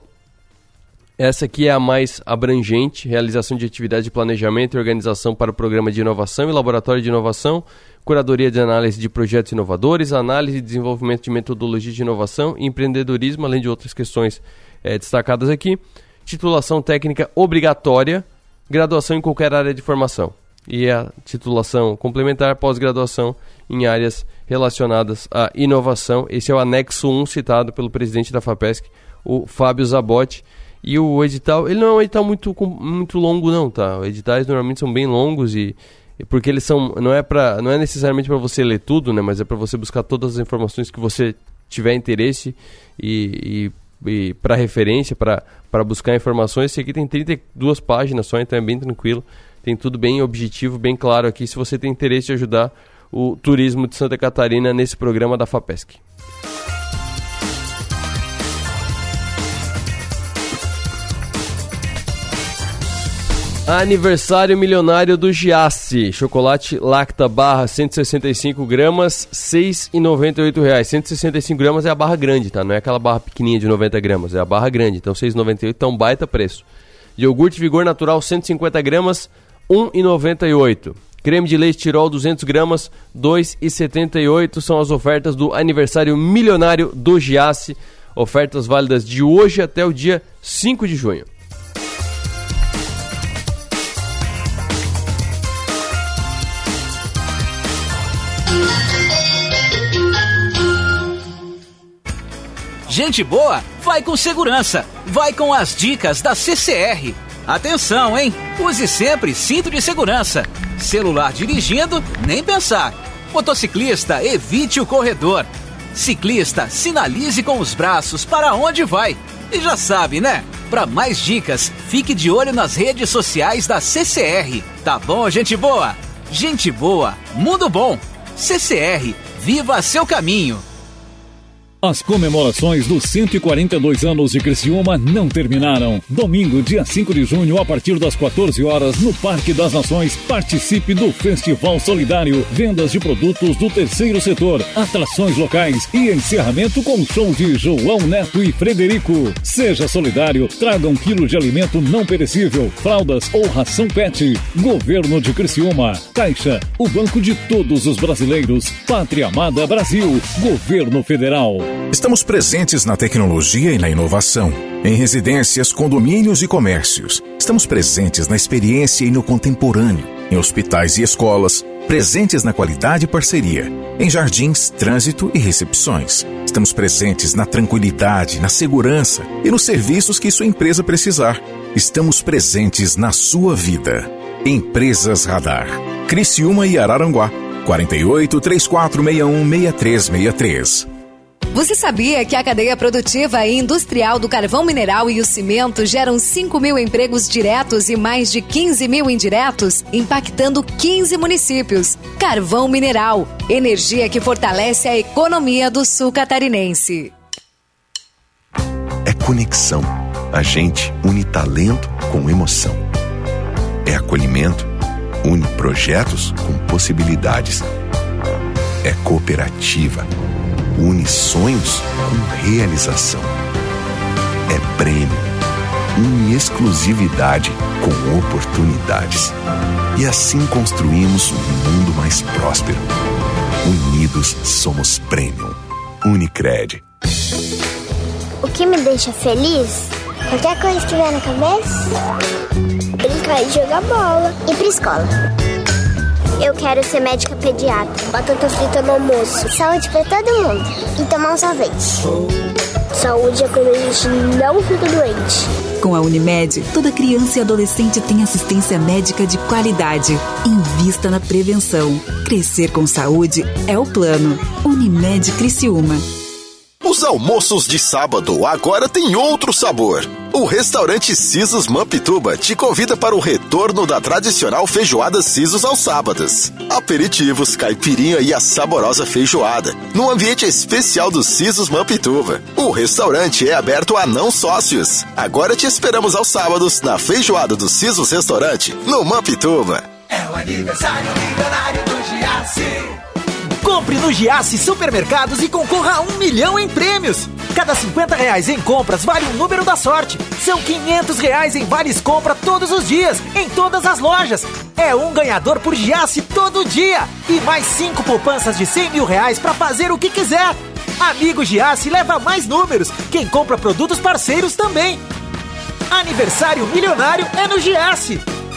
[SPEAKER 1] Essa aqui é a mais abrangente, realização de atividades de planejamento e organização para o programa de inovação e laboratório de inovação, curadoria de análise de projetos inovadores, análise e desenvolvimento de metodologia de inovação e empreendedorismo, além de outras questões é, destacadas aqui. Titulação técnica obrigatória, graduação em qualquer área de formação. E a titulação complementar, pós-graduação em áreas relacionadas à inovação. Esse é o anexo um citado pelo presidente da FAPESC, o Fábio Zabotti. E o edital, ele não é um edital muito, muito longo não, tá? Os editais normalmente são bem longos e, e porque eles são, não é, pra, não é necessariamente para você ler tudo, né? Mas é para você buscar todas as informações que você tiver interesse e, e, e para referência, para buscar informações. Esse aqui tem trinta e duas páginas só, então é bem tranquilo. Tem tudo bem objetivo, bem claro aqui, se você tem interesse em ajudar o turismo de Santa Catarina nesse programa da FAPESC. Aniversário milionário do Giasse. Chocolate Lacta barra cento e sessenta e cinco gramas, seis reais e noventa e oito centavos. cento e sessenta e cinco gramas é a barra grande, tá? Não é aquela barra pequenininha de noventa gramas, é a barra grande. Então seis reais e noventa e oito centavos, então baita preço. Iogurte Vigor Natural cento e cinquenta gramas, um real e noventa e oito centavos. Creme de leite Tirol duzentas gramas, dois reais e setenta e oito centavos. São as ofertas do aniversário milionário do Giasse. Ofertas válidas de hoje até o dia cinco de junho.
[SPEAKER 15] Gente boa, vai com segurança. Vai com as dicas da C C R. Atenção, hein? Use sempre cinto de segurança. Celular dirigindo, nem pensar. Motociclista, evite o corredor. Ciclista, sinalize com os braços para onde vai. E já sabe, né? Para mais dicas, fique de olho nas redes sociais da C C R. Tá bom, gente boa? Gente boa, mundo bom. C C R, viva seu caminho.
[SPEAKER 16] As comemorações dos cento e quarenta e dois anos de Criciúma não terminaram. Domingo, dia cinco de junho, a partir das quatorze horas, no Parque das Nações, participe do Festival Solidário, vendas de produtos do terceiro setor, atrações locais e encerramento com show de João Neto e Frederico. Seja solidário, traga um quilo de alimento não perecível, fraldas ou ração pet. Governo de Criciúma, Caixa, o banco de todos os brasileiros. Pátria Amada Brasil, Governo Federal.
[SPEAKER 3] Estamos presentes na tecnologia e na inovação, em residências, condomínios e comércios. Estamos presentes na experiência e no contemporâneo, em hospitais e escolas, presentes na qualidade e parceria, em jardins, trânsito e recepções. Estamos presentes na tranquilidade, na segurança e nos serviços que sua empresa precisar. Estamos presentes na sua vida. Empresas Radar. Criciúma e Araranguá. quarenta e oito, trinta e quatro, sessenta e um, sessenta e três sessenta e três.
[SPEAKER 17] Você sabia que a cadeia produtiva e industrial do carvão mineral e o cimento geram cinco mil empregos diretos e mais de quinze mil indiretos, impactando quinze municípios? Carvão mineral, energia que fortalece a economia do sul catarinense.
[SPEAKER 4] É conexão. A gente une talento com emoção. É acolhimento. Une projetos com possibilidades. É cooperativa. Une sonhos com realização. É prêmio. Une exclusividade com oportunidades. E assim construímos um mundo mais próspero. Unidos somos Premium. Unicred.
[SPEAKER 18] O que me deixa feliz? Qualquer coisa que vier na cabeça? Brincar e jogar bola. Ir pra escola. Eu quero ser médica pediatra. Batata frita no almoço. Saúde pra todo mundo. E tomar um sorvete. Saúde é quando a gente não fica doente.
[SPEAKER 19] Com a Unimed, toda criança e adolescente tem assistência médica de qualidade. Invista na prevenção. Crescer com saúde é o plano. Unimed Criciúma.
[SPEAKER 8] Os almoços de sábado agora têm outro sabor. O restaurante Sisos Mampituba te convida para o retorno da tradicional feijoada Sisos aos sábados. Aperitivos, caipirinha e a saborosa feijoada, num ambiente especial do Sisos Mampituba. O restaurante é aberto a não sócios. Agora te esperamos aos sábados na feijoada do Sisos Restaurante, no Mampituba.
[SPEAKER 6] É o aniversário milionário do Giasse.
[SPEAKER 7] Compre no Giasse Supermercados e concorra a um milhão em prêmios. Cada cinquenta reais em compras vale um número da sorte. São quinhentos reais em vales compra todos os dias, em todas as lojas. É um ganhador por Giasse todo dia. E mais cinco poupanças de cem mil reais para fazer o que quiser. Amigo Giasse leva mais números. Quem compra produtos parceiros também. Aniversário milionário é no Giasse.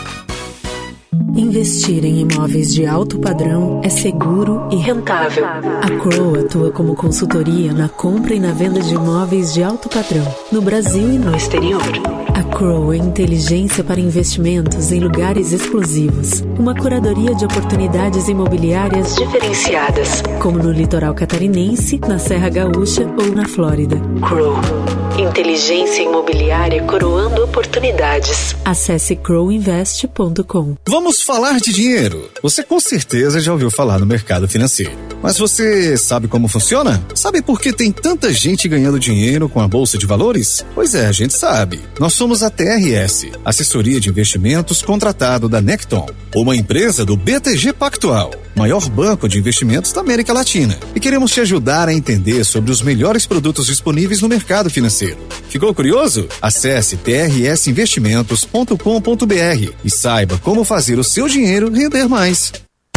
[SPEAKER 20] Investir em imóveis de alto padrão é seguro e rentável. A Crow atua como consultoria na compra e na venda de imóveis de alto padrão, no Brasil e no exterior. A Crow é inteligência para investimentos em lugares exclusivos. Uma curadoria de oportunidades imobiliárias diferenciadas, como no litoral catarinense, na Serra Gaúcha ou na Flórida. Crow. Inteligência imobiliária coroando oportunidades. Acesse crow invest ponto com.
[SPEAKER 21] Vamos falar de dinheiro. Você com certeza já ouviu falar no mercado financeiro. Mas você sabe como funciona? Sabe por que tem tanta gente ganhando dinheiro com a Bolsa de Valores? Pois é, a gente sabe. Nós somos a T R S, Assessoria de Investimentos contratado da Necton, uma empresa do B T G Pactual, maior banco de investimentos da América Latina. E queremos te ajudar a entender sobre os melhores produtos disponíveis no mercado financeiro. Ficou curioso? Acesse t r s investimentos ponto com ponto b r e saiba como fazer o seu dinheiro render mais.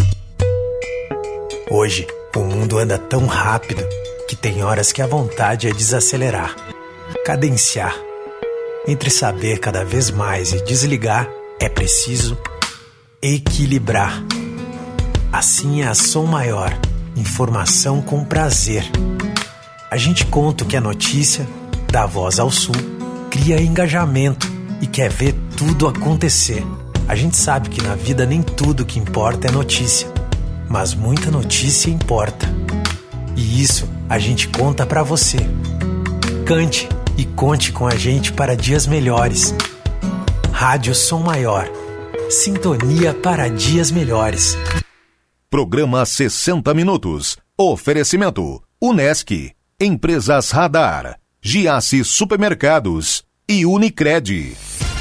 [SPEAKER 22] Hoje, o mundo anda tão rápido que tem horas que a vontade é desacelerar, cadenciar. Entre saber cada vez mais e desligar, é preciso equilibrar. Assim é a Som Maior, informação com prazer. A gente conta o que é notícia, dá voz ao Sul, cria engajamento e quer ver tudo acontecer. A gente sabe que na vida nem tudo que importa é notícia, mas muita notícia importa. E isso a gente conta pra você. Cante e conte com a gente para dias melhores. Rádio Som Maior. Sintonia para dias melhores.
[SPEAKER 3] Programa sessenta Minutos. Oferecimento: Unesc, Empresas Radar, Giasse Supermercados e Unicred.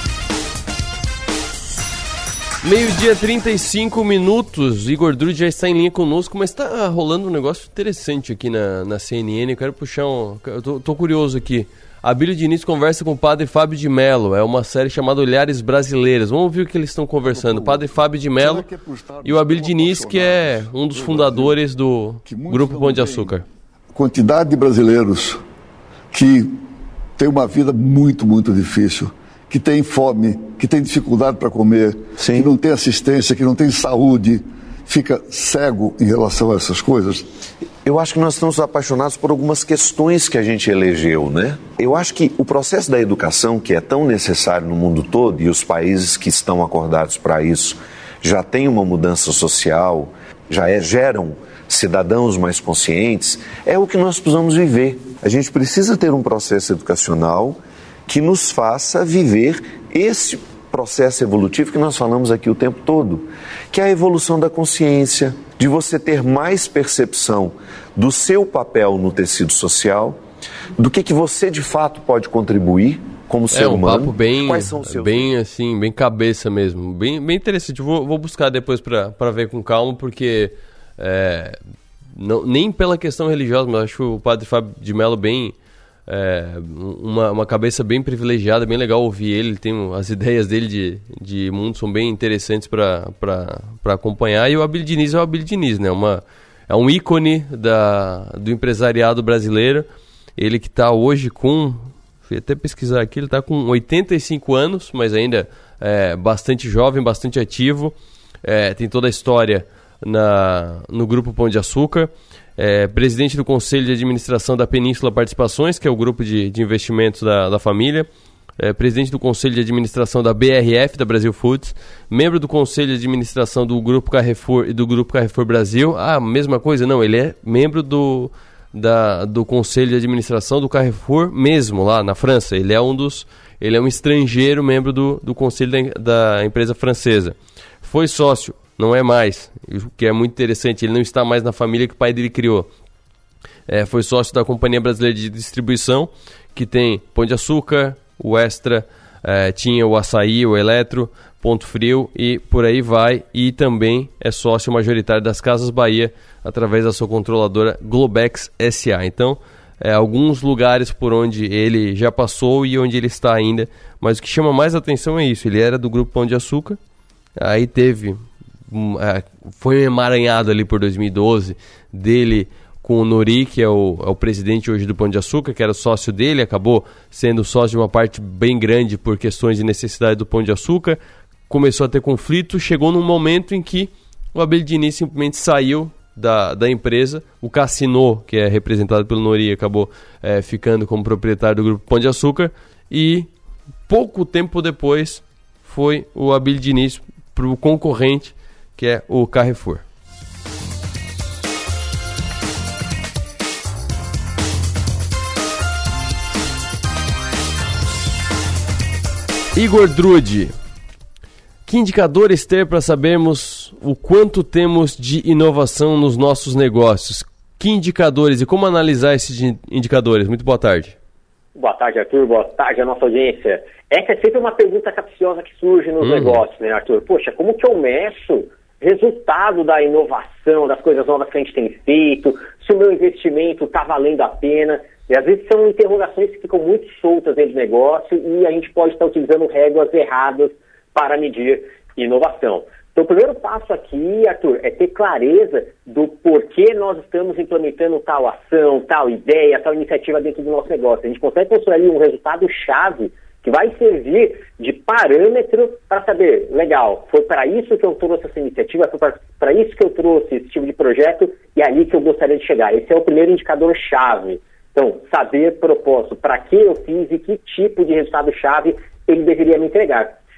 [SPEAKER 1] Meio-dia, trinta e cinco minutos. Igor Drude já está em linha conosco, mas está rolando um negócio interessante aqui na, na C N N. Eu quero puxar um... Eu tô, tô curioso aqui. Abílio Diniz conversa com o padre Fábio de Mello. É uma série chamada Olhares Brasileiros. Vamos ouvir o que eles estão conversando. O padre Fábio de Mello e o Abílio Diniz, que é um dos fundadores do Grupo Pão de Açúcar.
[SPEAKER 2] Quantidade de brasileiros que tem uma vida muito, muito difícil, que tem fome, que tem dificuldade para comer, Sim. que não tem assistência, que não tem saúde, fica cego em relação a essas coisas.
[SPEAKER 5] Eu acho que nós estamos apaixonados por algumas questões que a gente elegeu, né? Eu acho que o processo da educação, que é tão necessário no mundo todo, e os países que estão acordados para isso já têm uma mudança social, já é, geram cidadãos mais conscientes, é o que nós precisamos viver. A gente precisa ter um processo educacional que nos faça viver esse processo evolutivo que nós falamos aqui o tempo todo, que é a evolução da consciência, de você ter mais percepção do seu papel no tecido social, do que, que você de fato pode contribuir como ser
[SPEAKER 1] é um
[SPEAKER 5] humano.
[SPEAKER 1] Papo bem,
[SPEAKER 5] Quais são os seus...
[SPEAKER 1] bem assim, bem cabeça mesmo, bem, bem interessante. Eu vou, vou buscar depois para ver com calma, porque é, não, nem pela questão religiosa, mas acho o padre Fábio de Mello bem... É, uma, uma cabeça bem privilegiada, bem legal ouvir ele, ele tem as ideias dele de, de mundo são bem interessantes para acompanhar, e o Abílio Diniz é o Abílio Diniz, né? Uma, é um ícone da, do empresariado brasileiro, ele que está hoje com, fui até pesquisar aqui, ele está com oitenta e cinco anos, mas ainda é bastante jovem, bastante ativo, é, tem toda a história na, no Grupo Pão de Açúcar. É, presidente do Conselho de Administração da Península Participações, que é o grupo de, de investimentos da, da família, é, presidente do Conselho de Administração da B R F, da Brasil Foods, membro do Conselho de Administração do Grupo Carrefour e do Grupo Carrefour Brasil. Ah, mesma coisa? Não, ele é membro do, da, do Conselho de Administração do Carrefour mesmo, lá na França. Ele é um dos, ele é um estrangeiro membro do, do Conselho da, da empresa francesa. Foi sócio. Não é mais, o que é muito interessante, ele não está mais na família que o pai dele criou. É, foi sócio da Companhia Brasileira de Distribuição, que tem Pão de Açúcar, o Extra, é, tinha o Açaí, o Eletro, Ponto Frio e por aí vai. E também é sócio majoritário das Casas Bahia, através da sua controladora Globex S A. Então, é, alguns lugares por onde ele já passou e onde ele está ainda. Mas o que chama mais atenção é isso, ele era do Grupo Pão de Açúcar, aí teve... foi emaranhado ali por dois mil e doze dele com o Nori, que é o, é o presidente hoje do Pão de Açúcar, que era sócio dele, acabou sendo sócio de uma parte bem grande por questões de necessidade do Pão de Açúcar, começou a ter conflito, chegou num momento em que o Abílio Diniz simplesmente saiu da, da empresa, o Cassinô, que é representado pelo Nori, acabou é, ficando como proprietário do Grupo Pão de Açúcar, e pouco tempo depois foi o Abílio Diniz para o concorrente, que é o Carrefour. Igor Drude, que indicadores ter para sabermos o quanto temos de inovação nos nossos negócios? Que indicadores e como analisar esses indicadores? Muito boa tarde.
[SPEAKER 23] Boa tarde, Arthur. Boa tarde à nossa audiência. Essa é sempre uma pergunta capciosa que surge nos hum. negócios, né, Arthur? Poxa, como que eu meço resultado da inovação, das coisas novas que a gente tem feito, se o meu investimento está valendo a pena? E às vezes são interrogações que ficam muito soltas dentro do negócio e a gente pode estar utilizando réguas erradas para medir inovação. Então o primeiro passo aqui, Arthur, é ter clareza do porquê nós estamos implementando tal ação, tal ideia, tal iniciativa dentro do nosso negócio. A gente consegue construir ali um resultado-chave que vai servir de parâmetro para saber, legal, foi para isso que eu trouxe essa iniciativa, foi para isso que eu trouxe esse tipo de projeto e é ali que eu gostaria de chegar. Esse é o primeiro indicador-chave. Então, saber propósito, para que eu fiz e que tipo de resultado-chave ele deveria me entregar.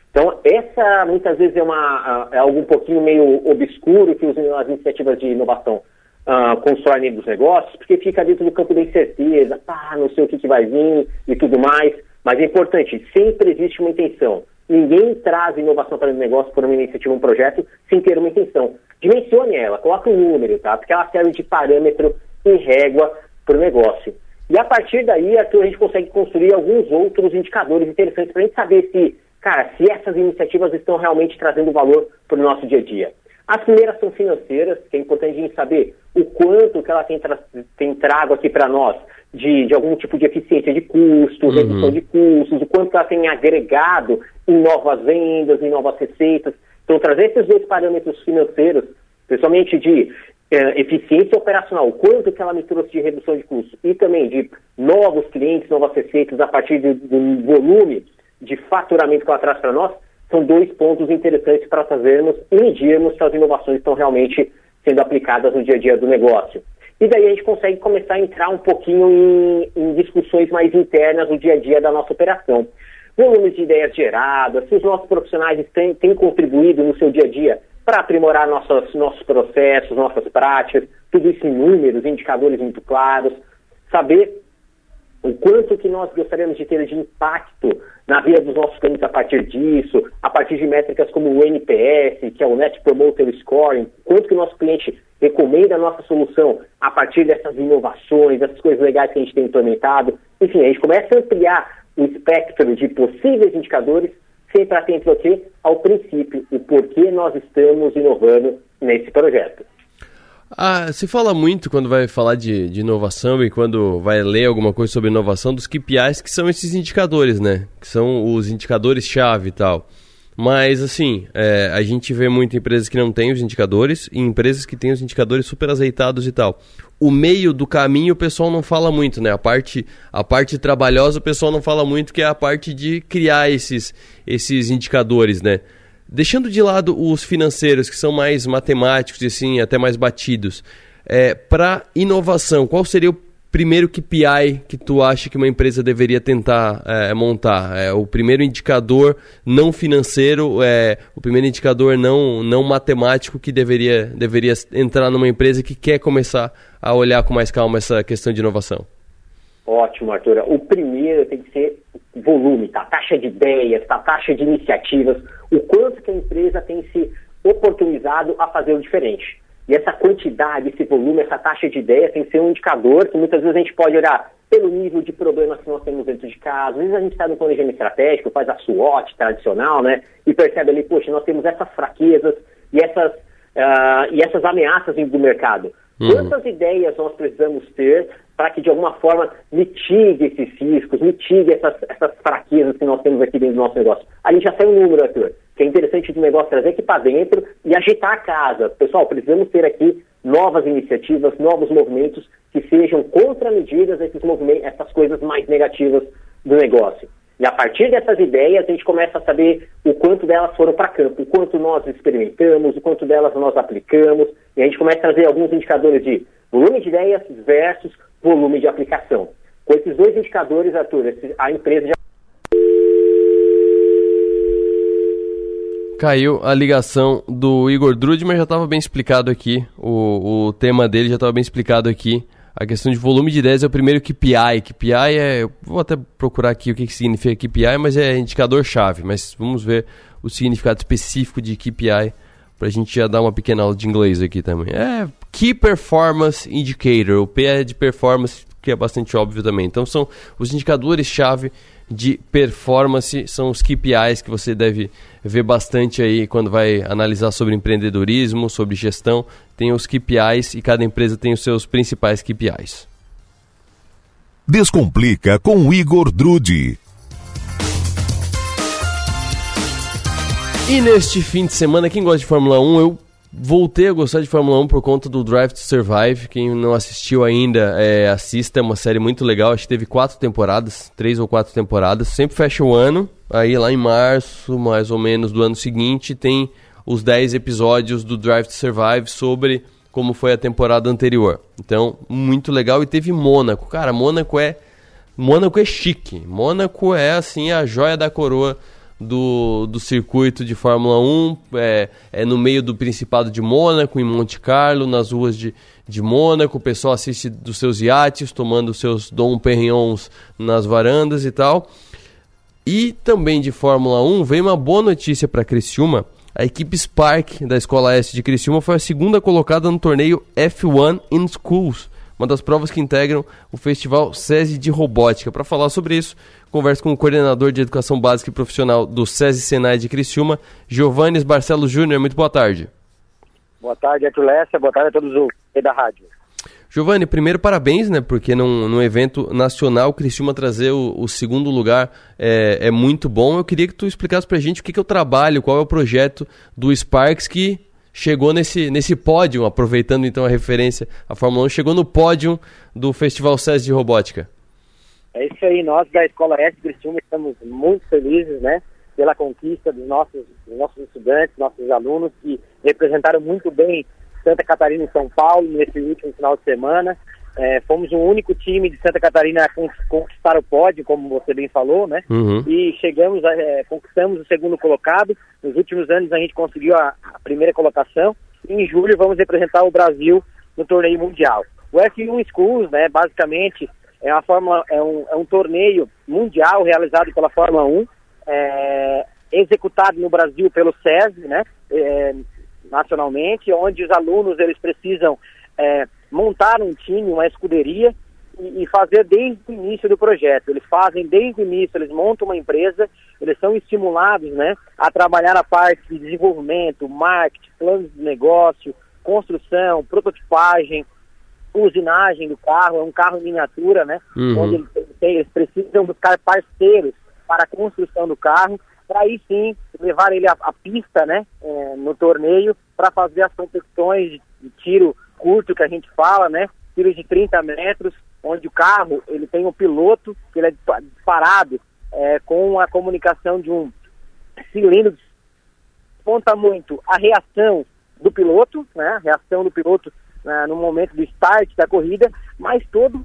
[SPEAKER 23] Então, essa muitas vezes é, uma, é algo um pouquinho meio obscuro que as iniciativas de inovação uh, constroem dos negócios, porque fica dentro do campo da incerteza, ah, não sei o que, que vai vir e tudo mais, mas é importante, sempre existe uma intenção. Ninguém traz inovação para o negócio por uma iniciativa, um projeto, sem ter uma intenção. Dimensione ela, coloque um número, tá? Porque ela serve de parâmetro e régua para o negócio. E a partir daí, Arthur, a gente consegue construir alguns outros indicadores interessantes para a gente saber se, cara, se essas iniciativas estão realmente trazendo valor para o nosso dia a dia. As primeiras são financeiras, que é importante a gente saber o quanto que ela tem, tra- tem trago aqui para nós de, de algum tipo de eficiência de custo, uhum. redução de custos, o quanto que ela tem agregado em novas vendas, em novas receitas. Então, trazer esses dois parâmetros financeiros, principalmente de eh, eficiência operacional, o quanto que ela me trouxe de redução de custos, e também de novos clientes, novas receitas, a partir de, do volume de faturamento que ela traz para nós, são dois pontos interessantes para trazermos e medirmos se as inovações estão realmente sendo aplicadas no dia a dia do negócio. E daí a gente consegue começar a entrar um pouquinho em, em discussões mais internas no dia a dia da nossa operação. Volumes de ideias geradas, se os nossos profissionais têm, têm contribuído no seu dia a dia para aprimorar nossos, nossos processos, nossas práticas, tudo isso em números, indicadores muito claros, saber o quanto que nós gostaríamos de ter de impacto na vida dos nossos clientes a partir disso, a partir de métricas como o N P S, que é o Net Promoter Scoring, quanto que o nosso cliente recomenda a nossa solução a partir dessas inovações, dessas coisas legais que a gente tem implementado. Enfim, a gente começa a ampliar o espectro de possíveis indicadores, sempre atento aqui ao princípio, o porquê nós estamos inovando nesse projeto.
[SPEAKER 1] Ah, se fala muito quando vai falar de, de inovação e quando vai ler alguma coisa sobre inovação dos K P Is, que são esses indicadores, né? Que são os indicadores-chave e tal. Mas, assim, é, a gente vê muitas empresas que não têm os indicadores e empresas que têm os indicadores super azeitados e tal. O meio do caminho o pessoal não fala muito, né? A parte, a parte trabalhosa o pessoal não fala muito, que é a parte de criar esses, esses indicadores, né? Deixando de lado os financeiros, que são mais matemáticos e assim, até mais batidos, é, para inovação, qual seria o primeiro K P I que tu acha que uma empresa deveria tentar é, montar? É, o primeiro indicador não financeiro, é, o primeiro indicador não, não matemático que deveria, deveria entrar numa empresa que quer começar a olhar com mais calma essa questão de inovação?
[SPEAKER 23] Ótimo, Arthur. O primeiro tem que ser volume, tá? Taxa de ideias, tá? Taxa de iniciativas, o quanto que a empresa tem se oportunizado a fazer o diferente. E essa quantidade, esse volume, essa taxa de ideias tem que ser um indicador que muitas vezes a gente pode olhar pelo nível de problemas que nós temos dentro de casa. Às vezes a gente está no planejamento estratégico, faz a SWOT tradicional, né? E percebe ali, poxa, nós temos essas fraquezas e essas, uh, e essas ameaças vindo do mercado. Uhum. Quantas ideias nós precisamos ter para que de alguma forma mitigue esses riscos, mitigue essas, essas fraquezas que nós temos aqui dentro do nosso negócio? Ali já sai um número, Arthur, que é interessante do negócio trazer aqui para dentro e agitar a casa. Pessoal, precisamos ter aqui novas iniciativas, novos movimentos que sejam contramedidas a esses movimentos, essas coisas mais negativas do negócio. E a partir dessas ideias, a gente começa a saber o quanto delas foram para campo, o quanto nós experimentamos, o quanto delas nós aplicamos, e a gente começa a trazer alguns indicadores de volume de ideias versus volume de aplicação. Com esses dois indicadores, Arthur, a empresa já...
[SPEAKER 1] Caiu a ligação do Igor Drude, mas já estava bem explicado aqui, o, o tema dele já estava bem explicado aqui. A questão de volume de ideias é o primeiro K P I. K P I é... Vou até procurar aqui o que significa K P I, mas é indicador-chave. Mas vamos ver o significado específico de K P I para a gente já dar uma pequena aula de inglês aqui também. É Key Performance Indicator. O P é de performance, que é bastante óbvio também. Então são os indicadores-chave de performance, são os K P Is que você deve ver bastante aí quando vai analisar sobre empreendedorismo, sobre gestão. Tem os K P Is e cada empresa tem os seus principais K P Is.
[SPEAKER 3] Descomplica com o Igor Drude.
[SPEAKER 1] E neste fim de semana, quem gosta de Fórmula um, eu voltei a gostar de Fórmula um por conta do Drive to Survive. Quem não assistiu ainda, é, assista, é uma série muito legal. Acho que teve quatro temporadas, três ou quatro temporadas. Sempre fecha o ano, aí lá em março, mais ou menos, do ano seguinte, tem os dez episódios do Drive to Survive sobre como foi a temporada anterior. Então, muito legal. E teve Mônaco. Cara, Mônaco é, Mônaco é chique. Mônaco é, assim, a joia da coroa do, do circuito de Fórmula um, é, é no meio do Principado de Mônaco, em Monte Carlo, nas ruas de, de Mônaco, o pessoal assiste dos seus iates, tomando seus Dom Perrions nas varandas e tal. E também de Fórmula um, veio uma boa notícia para Criciúma. A equipe Spark da Escola S de Criciúma foi a segunda colocada no torneio F um in Schools, uma das provas que integram o Festival SESI de Robótica. Para falar sobre isso, converso com o coordenador de Educação Básica e Profissional do SESI Senai de Criciúma, Giovannes Barcelos Júnior. Muito boa tarde.
[SPEAKER 9] Boa tarde, Arthur Lessa. Boa tarde a todos os da rádio.
[SPEAKER 1] Giovanni, primeiro parabéns, né? Porque num, num evento nacional, Criciúma trazer o, o segundo lugar é, é muito bom. Eu queria que tu explicasse pra gente o que, que é o trabalho, qual é o projeto do Sparks que chegou nesse, nesse pódio, aproveitando então a referência à Fórmula um, chegou no pódio do Festival SESI de Robótica.
[SPEAKER 9] É isso aí, nós da Escola S de Criciúma estamos muito felizes, né? Pela conquista dos nossos, dos nossos estudantes, nossos alunos, que representaram muito bem Santa Catarina e São Paulo nesse último final de semana. É, fomos o único time de Santa Catarina a conquistar o pódio, como você bem falou, né? Uhum. E chegamos, a, é, conquistamos o segundo colocado. Nos últimos anos a gente conseguiu a, a primeira colocação. E em julho vamos representar o Brasil no torneio mundial. O F um Schools, né, basicamente, é, uma Fórmula, é, um, é um torneio mundial realizado pela Fórmula um, é, executado no Brasil pelo SESI, né? É, nacionalmente, onde os alunos eles precisam é, montar um time, uma escuderia e, e fazer desde o início do projeto. Eles fazem desde o início, eles montam uma empresa, eles são estimulados, né, a trabalhar a parte de desenvolvimento, marketing, planos de negócio, construção, prototipagem, usinagem do carro. É um carro em miniatura, né, uhum. onde eles, eles precisam buscar parceiros para a construção do carro, para aí sim levar ele à, à pista, né, é, no torneio, para fazer as competições de, de tiro curto, que a gente fala, né, tiro de trinta metros, onde o carro ele tem um piloto que ele é disparado é, com a comunicação de um cilindro. Conta muito a reação do piloto, né, a reação do piloto né, no momento do start da corrida, mas todo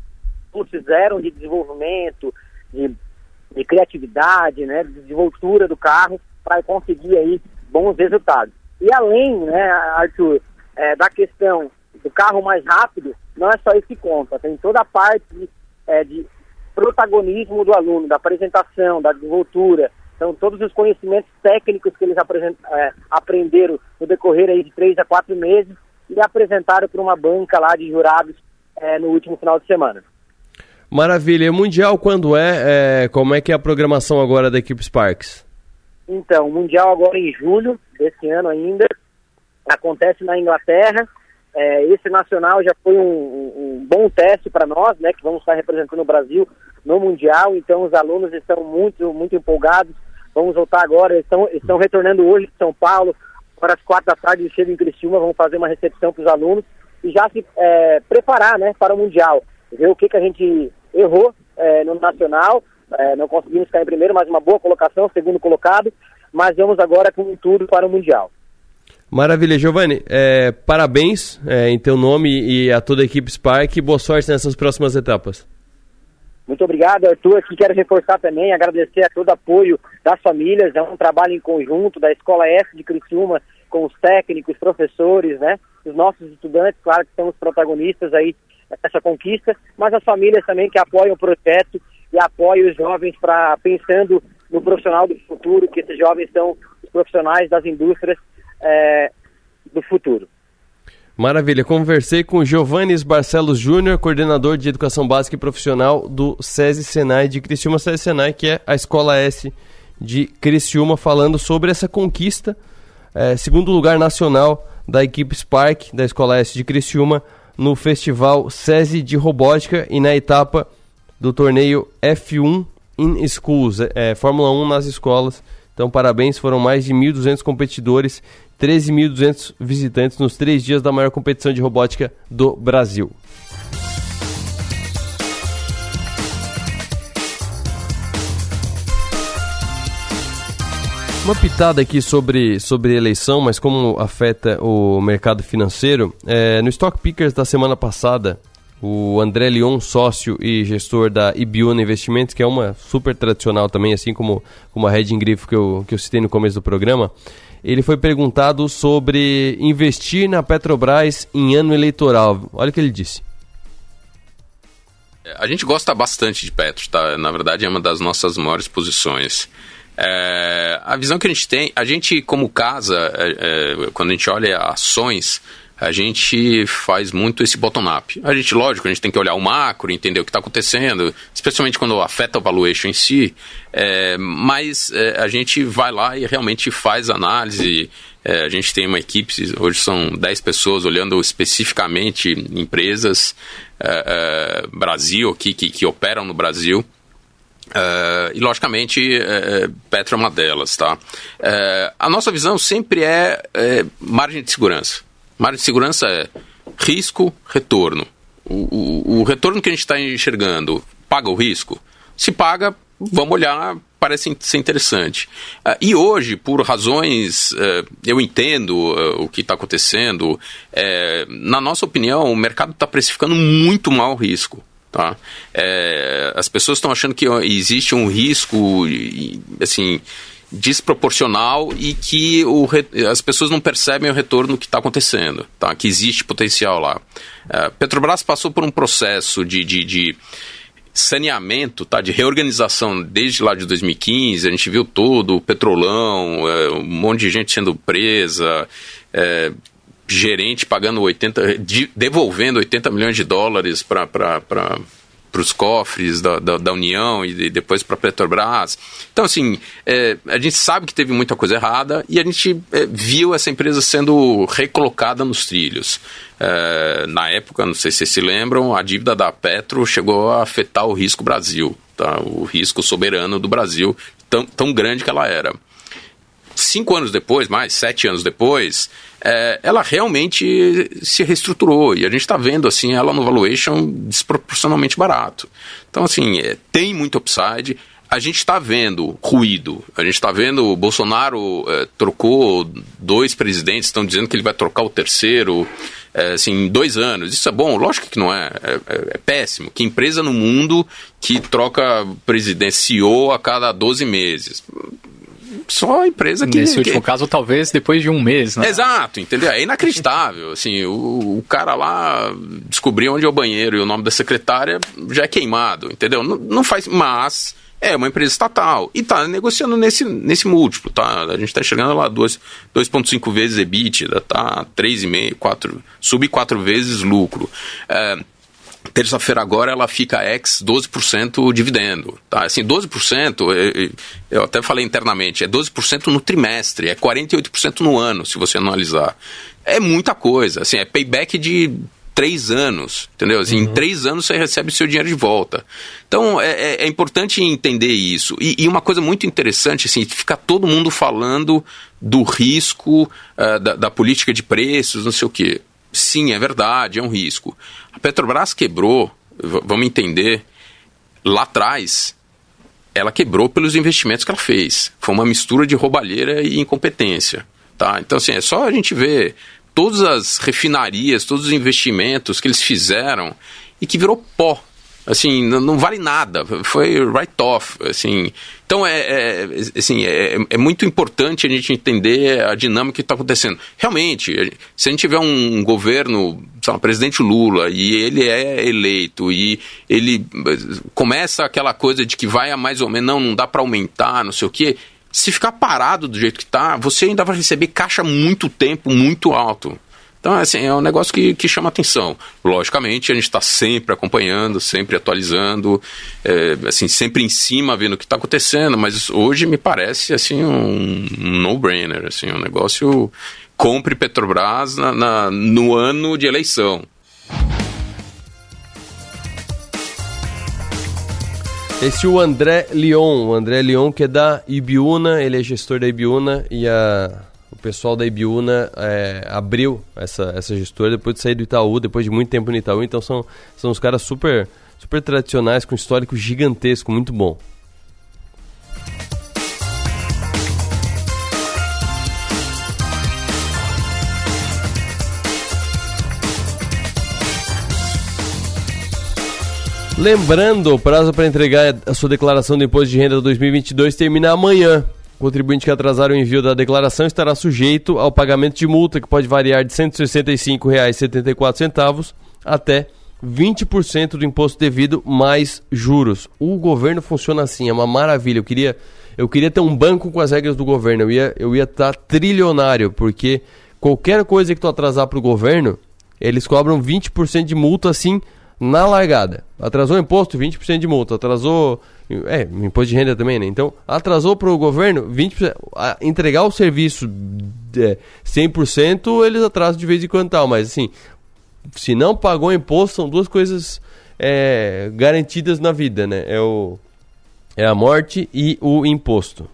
[SPEAKER 9] o que fizeram de desenvolvimento, de de criatividade, né, de desenvoltura do carro para conseguir aí bons resultados. E além, né, Arthur, é, da questão do carro mais rápido, não é só isso que conta, tem toda a parte de, é, de protagonismo do aluno, da apresentação, da desenvoltura, então todos os conhecimentos técnicos que eles é, aprenderam no decorrer aí de três a quatro meses e apresentaram para uma banca lá de jurados é, no último final de semana.
[SPEAKER 1] Maravilha. E o Mundial quando é, é? Como é que é a programação agora da equipe Sparks?
[SPEAKER 9] Então, o Mundial agora em julho desse ano ainda, acontece na Inglaterra. É, esse nacional já foi um, um, um bom teste para nós, né, que vamos estar representando o Brasil no Mundial. Então os alunos estão muito, muito empolgados. Vamos voltar agora, eles estão, estão retornando hoje de São Paulo, para as quatro da tarde eles chegam em Criciúma, vamos fazer uma recepção para os alunos e já se é, preparar, né, para o Mundial. Ver o que, que a gente errou é, no Nacional, é, não conseguimos ficar em primeiro, mas uma boa colocação, segundo colocado, mas vamos agora com tudo para o Mundial.
[SPEAKER 1] Maravilha, Giovanni, é, parabéns é, em teu nome e a toda a equipe Spark, boa sorte nessas próximas etapas.
[SPEAKER 9] Muito obrigado, Arthur. Aqui quero reforçar também, agradecer a todo o apoio das famílias, é um trabalho em conjunto da Escola S de Criciúma, com os técnicos, professores, né, os nossos estudantes, claro que são os protagonistas aí essa conquista, mas as famílias também que apoiam o projeto e apoiam os jovens para pensando no profissional do futuro, que esses jovens são os profissionais das indústrias é, do futuro.
[SPEAKER 1] Maravilha, conversei com Giovannes Barcelos Júnior, coordenador de Educação Básica e Profissional do SESI Senai de Criciúma, SESI Senai, que é a Escola S de Criciúma, falando sobre essa conquista, é, segundo lugar nacional da equipe Spark, da Escola S de Criciúma, no Festival SESI de Robótica e na etapa do torneio F um in Schools, é, Fórmula um nas escolas. Então, parabéns, foram mais de mil e duzentos competidores, treze mil e duzentos visitantes nos três dias da maior competição de robótica do Brasil. Uma pitada aqui sobre, sobre eleição, mas como afeta o mercado financeiro. É, no Stock Pickers da semana passada, O André Leon, sócio e gestor da Ibiúna Investimentos, que é uma super tradicional também, assim como, como a Reding Grifo que eu, que eu citei no começo do programa. Ele foi perguntado sobre investir na Petrobras em ano eleitoral. Olha o que ele disse.
[SPEAKER 10] A gente gosta bastante de Petro, tá? Na verdade é uma das nossas maiores posições. É, a visão que a gente tem, a gente como casa, é, é, quando a gente olha ações, a gente faz muito esse bottom-up. A gente, lógico, a gente tem que olhar o macro, entender o que está acontecendo, especialmente quando afeta o valuation em si, é, mas é, a gente vai lá e realmente faz análise. É, a gente tem uma equipe, hoje são dez pessoas olhando especificamente empresas é, é, Brasil, que, que, que operam no Brasil. Uh, e logicamente uh, Petro é uma delas, tá? Uh, a nossa visão sempre é uh, margem de segurança. Margem de segurança é risco, retorno. O, o, o retorno que a gente está enxergando paga o risco? Se paga, vamos olhar, parece ser interessante. Uh, e hoje, por razões, uh, eu entendo uh, o que está acontecendo, uh, na nossa opinião, o mercado está precificando muito mal o risco. Tá? É, as pessoas estão achando que existe um risco assim, desproporcional e que o, as pessoas não percebem o retorno que está acontecendo, tá? Que existe potencial lá. É, Petrobras passou por um processo de, de, de saneamento, tá? De reorganização desde lá de dois mil e quinze, a gente viu todo o petrolão, é, um monte de gente sendo presa, é, gerente pagando oitenta, de, devolvendo oitenta milhões de dólares para para os cofres da, da, da União e depois para a Petrobras. Então, assim, é, a gente sabe que teve muita coisa errada e a gente é, viu essa empresa sendo recolocada nos trilhos. É, na época, não sei se vocês se lembram, a dívida da Petro chegou a afetar o risco Brasil, tá? O risco soberano do Brasil, tão, tão grande que ela era. Cinco anos depois, mais sete anos depois, é, ela realmente se reestruturou e a gente está vendo assim, ela no valuation desproporcionalmente barato. Então, assim, é, tem muito upside. A gente está vendo ruído, a gente está vendo o Bolsonaro é, trocou dois presidentes, estão dizendo que ele vai trocar o terceiro é, assim, em dois anos. Isso é bom? Lógico que não é, é, é péssimo. Que empresa no mundo que troca presidente, C E O a cada doze meses? Só a empresa que...
[SPEAKER 11] Nesse último
[SPEAKER 10] que...
[SPEAKER 11] caso, talvez depois de um mês, né?
[SPEAKER 10] Exato, entendeu? É inacreditável. Assim, o, o cara lá descobriu onde é o banheiro e o nome da secretária já é queimado, entendeu? Não, não faz... Mas é uma empresa estatal e tá negociando nesse, nesse múltiplo, tá? A gente tá chegando lá dois vírgula cinco vezes EBITDA, tá? três vírgula cinco, quatro... Sub quatro vezes lucro. É... Terça-feira agora ela fica ex doze por cento dividendo, tá? Assim, doze por cento, eu até falei internamente, é doze por cento no trimestre, é quarenta e oito por cento no ano, se você analisar. É muita coisa, assim, é payback de três anos, entendeu? Assim, uhum. Em três anos você recebe o seu dinheiro de volta. Então, é, é importante entender isso. E, e uma coisa muito interessante, assim, fica todo mundo falando do risco uh, da, da política de preços, não sei o quê. Sim, é verdade, é um risco. A Petrobras quebrou, v- vamos entender, lá atrás, ela quebrou pelos investimentos que ela fez. Foi uma mistura de roubalheira e incompetência. Tá? Então, assim, é só a gente ver todas as refinarias, todos os investimentos que eles fizeram e que virou pó. Assim, não, não vale nada, foi write-off, assim. Então, é, é, assim, é, é muito importante a gente entender a dinâmica que está acontecendo. Realmente, se a gente tiver um governo, sei lá, presidente Lula, e ele é eleito, e ele começa aquela coisa de que vai a mais ou menos, não, não dá para aumentar, não sei o quê, se ficar parado do jeito que está, você ainda vai receber caixa muito tempo, muito alto. Então, assim, é um negócio que, que chama atenção. Logicamente, a gente está sempre acompanhando, sempre atualizando, é, assim, sempre em cima vendo o que está acontecendo, mas hoje me parece assim, um, um no-brainer, assim, um negócio... Compre Petrobras na, na, no ano de eleição.
[SPEAKER 1] Esse é o André Leon, o André Leon que é da Ibiúna, ele é gestor da Ibiúna e a... O pessoal da Ibiúna é, abriu essa, essa gestora depois de sair do Itaú, depois de muito tempo no Itaú. Então são, são uns caras super, super tradicionais, com histórico gigantesco, muito bom. Lembrando, o prazo para entregar a sua declaração do Imposto de Renda dois mil e vinte e dois termina amanhã. O contribuinte que atrasar o envio da declaração estará sujeito ao pagamento de multa, que pode variar de cento e sessenta e cinco reais e setenta e quatro centavos até vinte por cento do imposto devido mais juros. O governo funciona assim, é uma maravilha. Eu queria, eu queria ter um banco com as regras do governo. Eu ia eu ia estar trilionário, porque qualquer coisa que tu atrasar para o governo, eles cobram vinte por cento de multa assim na largada. Atrasou o imposto, vinte por cento de multa. Atrasou... É, imposto de renda também, né? Então, atrasou para o governo, vinte por cento. A entregar o serviço é, cem por cento, eles atrasam de vez em quando tal. Mas, assim, se não pagou imposto, são duas coisas é, garantidas na vida, né? É, o, é a morte e o imposto.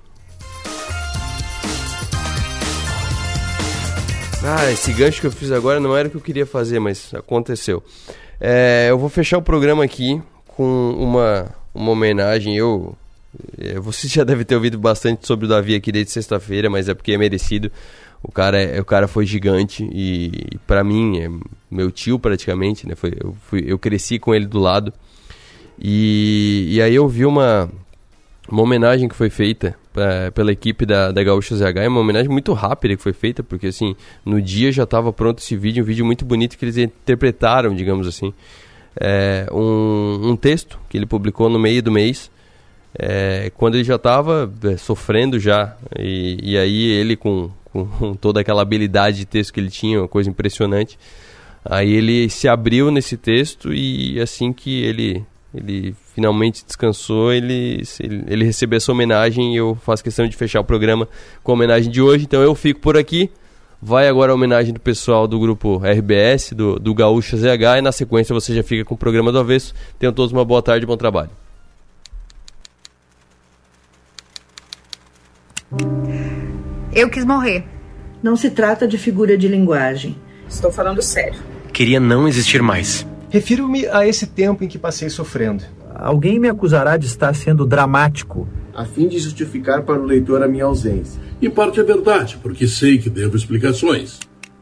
[SPEAKER 1] Ah, esse gancho que eu fiz agora não era o que eu queria fazer, mas aconteceu. É, eu vou fechar o programa aqui com uma, uma homenagem. Eu, é, você já deve ter ouvido bastante sobre o Davi aqui desde sexta-feira, mas é porque é merecido. O cara, é, o cara foi gigante e, e pra mim, é meu tio praticamente, né? Foi, eu, fui, eu cresci com ele do lado. E, e aí eu vi uma, uma homenagem que foi feita pra, pela equipe da, da Gaúcha Z H. É uma homenagem muito rápida que foi feita, porque assim, no dia já estava pronto esse vídeo, um vídeo muito bonito que eles interpretaram, digamos assim. É, um, um texto que ele publicou no meio do mês, é, quando ele já estava é, sofrendo já, e, e aí ele com, com toda aquela habilidade de texto que ele tinha, uma coisa impressionante, aí ele se abriu nesse texto e assim que ele, ele finalmente descansou, ele, ele, ele recebeu essa homenagem e eu faço questão de fechar o programa com a homenagem de hoje, então eu fico por aqui. Vai agora a homenagem do pessoal do grupo R B S, do, do Gaúcha Z H, e na sequência você já fica com o programa do Avesso. Tenham todos uma boa tarde e bom trabalho.
[SPEAKER 12] Eu quis morrer.
[SPEAKER 13] Não se trata de figura de linguagem.
[SPEAKER 12] Estou falando sério.
[SPEAKER 14] Queria não existir mais.
[SPEAKER 24] Refiro-me a esse tempo em que passei sofrendo.
[SPEAKER 25] Alguém me acusará de estar sendo dramático,
[SPEAKER 26] a fim de justificar para o leitor a minha ausência.
[SPEAKER 27] Em parte é verdade, porque sei que devo explicações.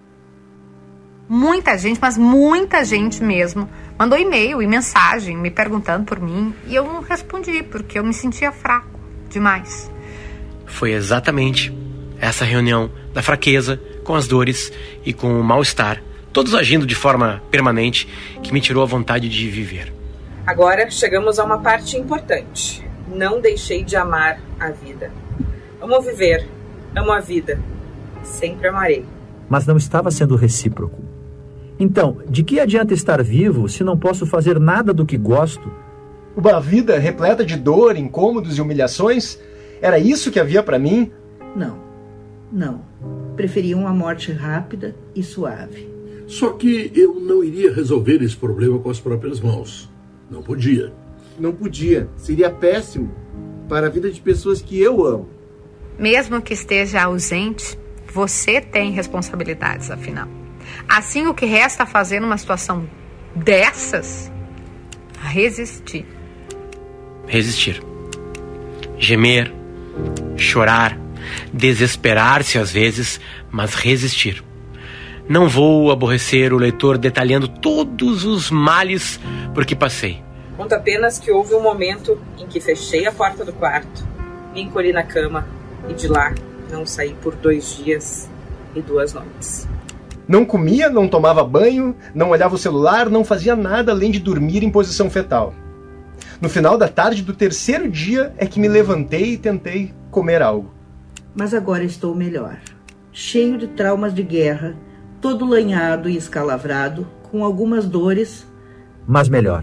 [SPEAKER 12] Muita gente, mas muita gente mesmo, mandou e-mail e mensagem me perguntando por mim e eu não respondi, porque eu me sentia fraco demais.
[SPEAKER 14] Foi exatamente essa reunião da fraqueza com as dores e com o mal-estar, todos agindo de forma permanente, que me tirou a vontade de viver.
[SPEAKER 12] Agora chegamos a uma parte importante. Não deixei de amar a vida. Amo viver, amo a vida. Sempre amarei.
[SPEAKER 25] Mas não estava sendo recíproco. Então, de que adianta estar vivo se não posso fazer nada do que gosto?
[SPEAKER 24] Uma vida repleta de dor, incômodos e humilhações? Era isso que havia para mim?
[SPEAKER 13] Não, não. Preferia uma morte rápida e suave.
[SPEAKER 27] Só que eu não iria resolver esse problema com as próprias mãos. Não podia.
[SPEAKER 26] Não podia. Seria péssimo para a vida de pessoas que eu amo.
[SPEAKER 12] Mesmo que esteja ausente, você tem responsabilidades, afinal. Assim, o que resta fazer numa situação dessas? Resistir.
[SPEAKER 14] Resistir. Gemer, chorar, desesperar-se às vezes, mas resistir. Não vou aborrecer o leitor detalhando todos os males por que passei.
[SPEAKER 12] Conto apenas que houve um momento em que fechei a porta do quarto, me encolhi na cama e de lá não saí por dois dias e duas noites.
[SPEAKER 24] Não comia, não tomava banho, não olhava o celular, não fazia nada além de dormir em posição fetal. No final da tarde do terceiro dia é que me levantei e tentei comer algo.
[SPEAKER 13] Mas agora estou melhor. Cheio de traumas de guerra, todo lanhado e escalavrado, com algumas dores,
[SPEAKER 25] mas melhor.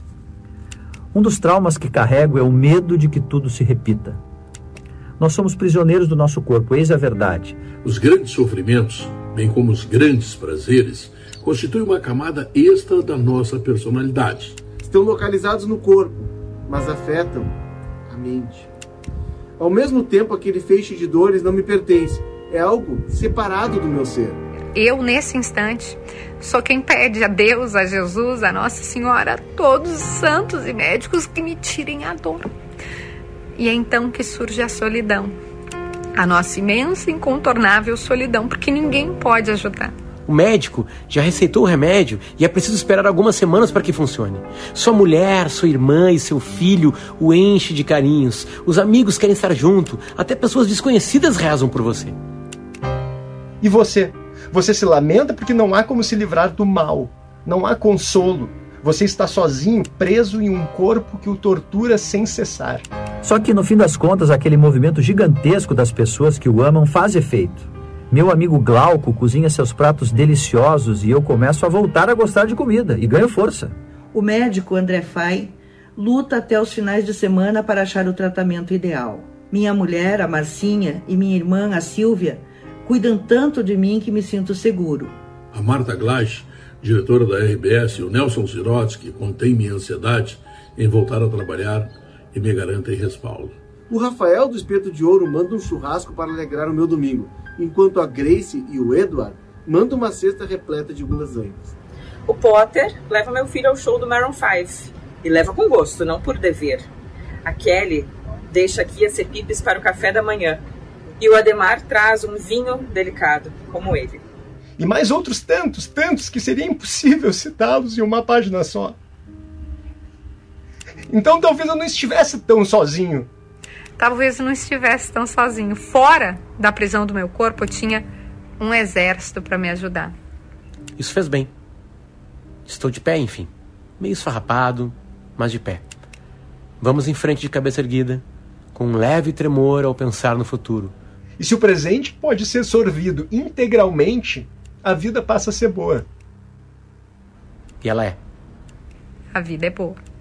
[SPEAKER 25] Um dos traumas que carrego é o medo de que tudo se repita. Nós somos prisioneiros do nosso corpo, eis a verdade.
[SPEAKER 27] Os grandes sofrimentos, bem como os grandes prazeres, constituem uma camada extra da nossa personalidade.
[SPEAKER 26] Estão localizados no corpo, mas afetam a mente. Ao mesmo tempo, aquele feixe de dores não me pertence. É algo separado do meu ser.
[SPEAKER 12] Eu, nesse instante, sou quem pede a Deus, a Jesus, a Nossa Senhora, a todos os santos e médicos que me tirem a dor. E é então que surge a solidão. A nossa imensa e incontornável solidão, porque ninguém pode ajudar.
[SPEAKER 14] O médico já receitou o remédio e é preciso esperar algumas semanas para que funcione. Sua mulher, sua irmã e seu filho o enchem de carinhos. Os amigos querem estar junto. Até pessoas desconhecidas rezam por você.
[SPEAKER 24] E você? Você se lamenta porque não há como se livrar do mal. Não há consolo. Você está sozinho, preso em um corpo que o tortura sem cessar.
[SPEAKER 25] Só que, no fim das contas, aquele movimento gigantesco das pessoas que o amam faz efeito. Meu amigo Glauco cozinha seus pratos deliciosos e eu começo a voltar a gostar de comida e ganho força.
[SPEAKER 13] O médico André Fay luta até os finais de semana para achar o tratamento ideal. Minha mulher, a Marcinha, e minha irmã, a Silvia, cuidam tanto de mim que me sinto seguro.
[SPEAKER 27] A Marta Glasch, diretora da R B S, e o Nelson Zirotsky contém minha ansiedade em voltar a trabalhar e me garantem respaldo.
[SPEAKER 26] O Rafael do Espeto de Ouro manda um churrasco para alegrar o meu domingo, enquanto a Grace e o Edward mandam uma cesta repleta de lasanhas.
[SPEAKER 4] O Potter leva meu filho ao show do Maroon cinco, e leva com gosto, não por dever. A Kelly deixa aqui as cepipes para o café da manhã, e o Ademar traz um vinho delicado, como ele.
[SPEAKER 24] E mais outros tantos, tantos, que seria impossível citá-los em uma página só. Então talvez eu não estivesse tão sozinho.
[SPEAKER 12] Talvez eu não estivesse tão sozinho. Fora da prisão do meu corpo, eu tinha um exército para me ajudar.
[SPEAKER 14] Isso fez bem. Estou de pé, enfim. Meio esfarrapado, mas de pé. Vamos em frente de cabeça erguida, com um leve tremor ao pensar no futuro.
[SPEAKER 24] E se o presente pode ser sorvido integralmente, a vida passa a ser boa.
[SPEAKER 14] E ela é.
[SPEAKER 12] A vida é boa.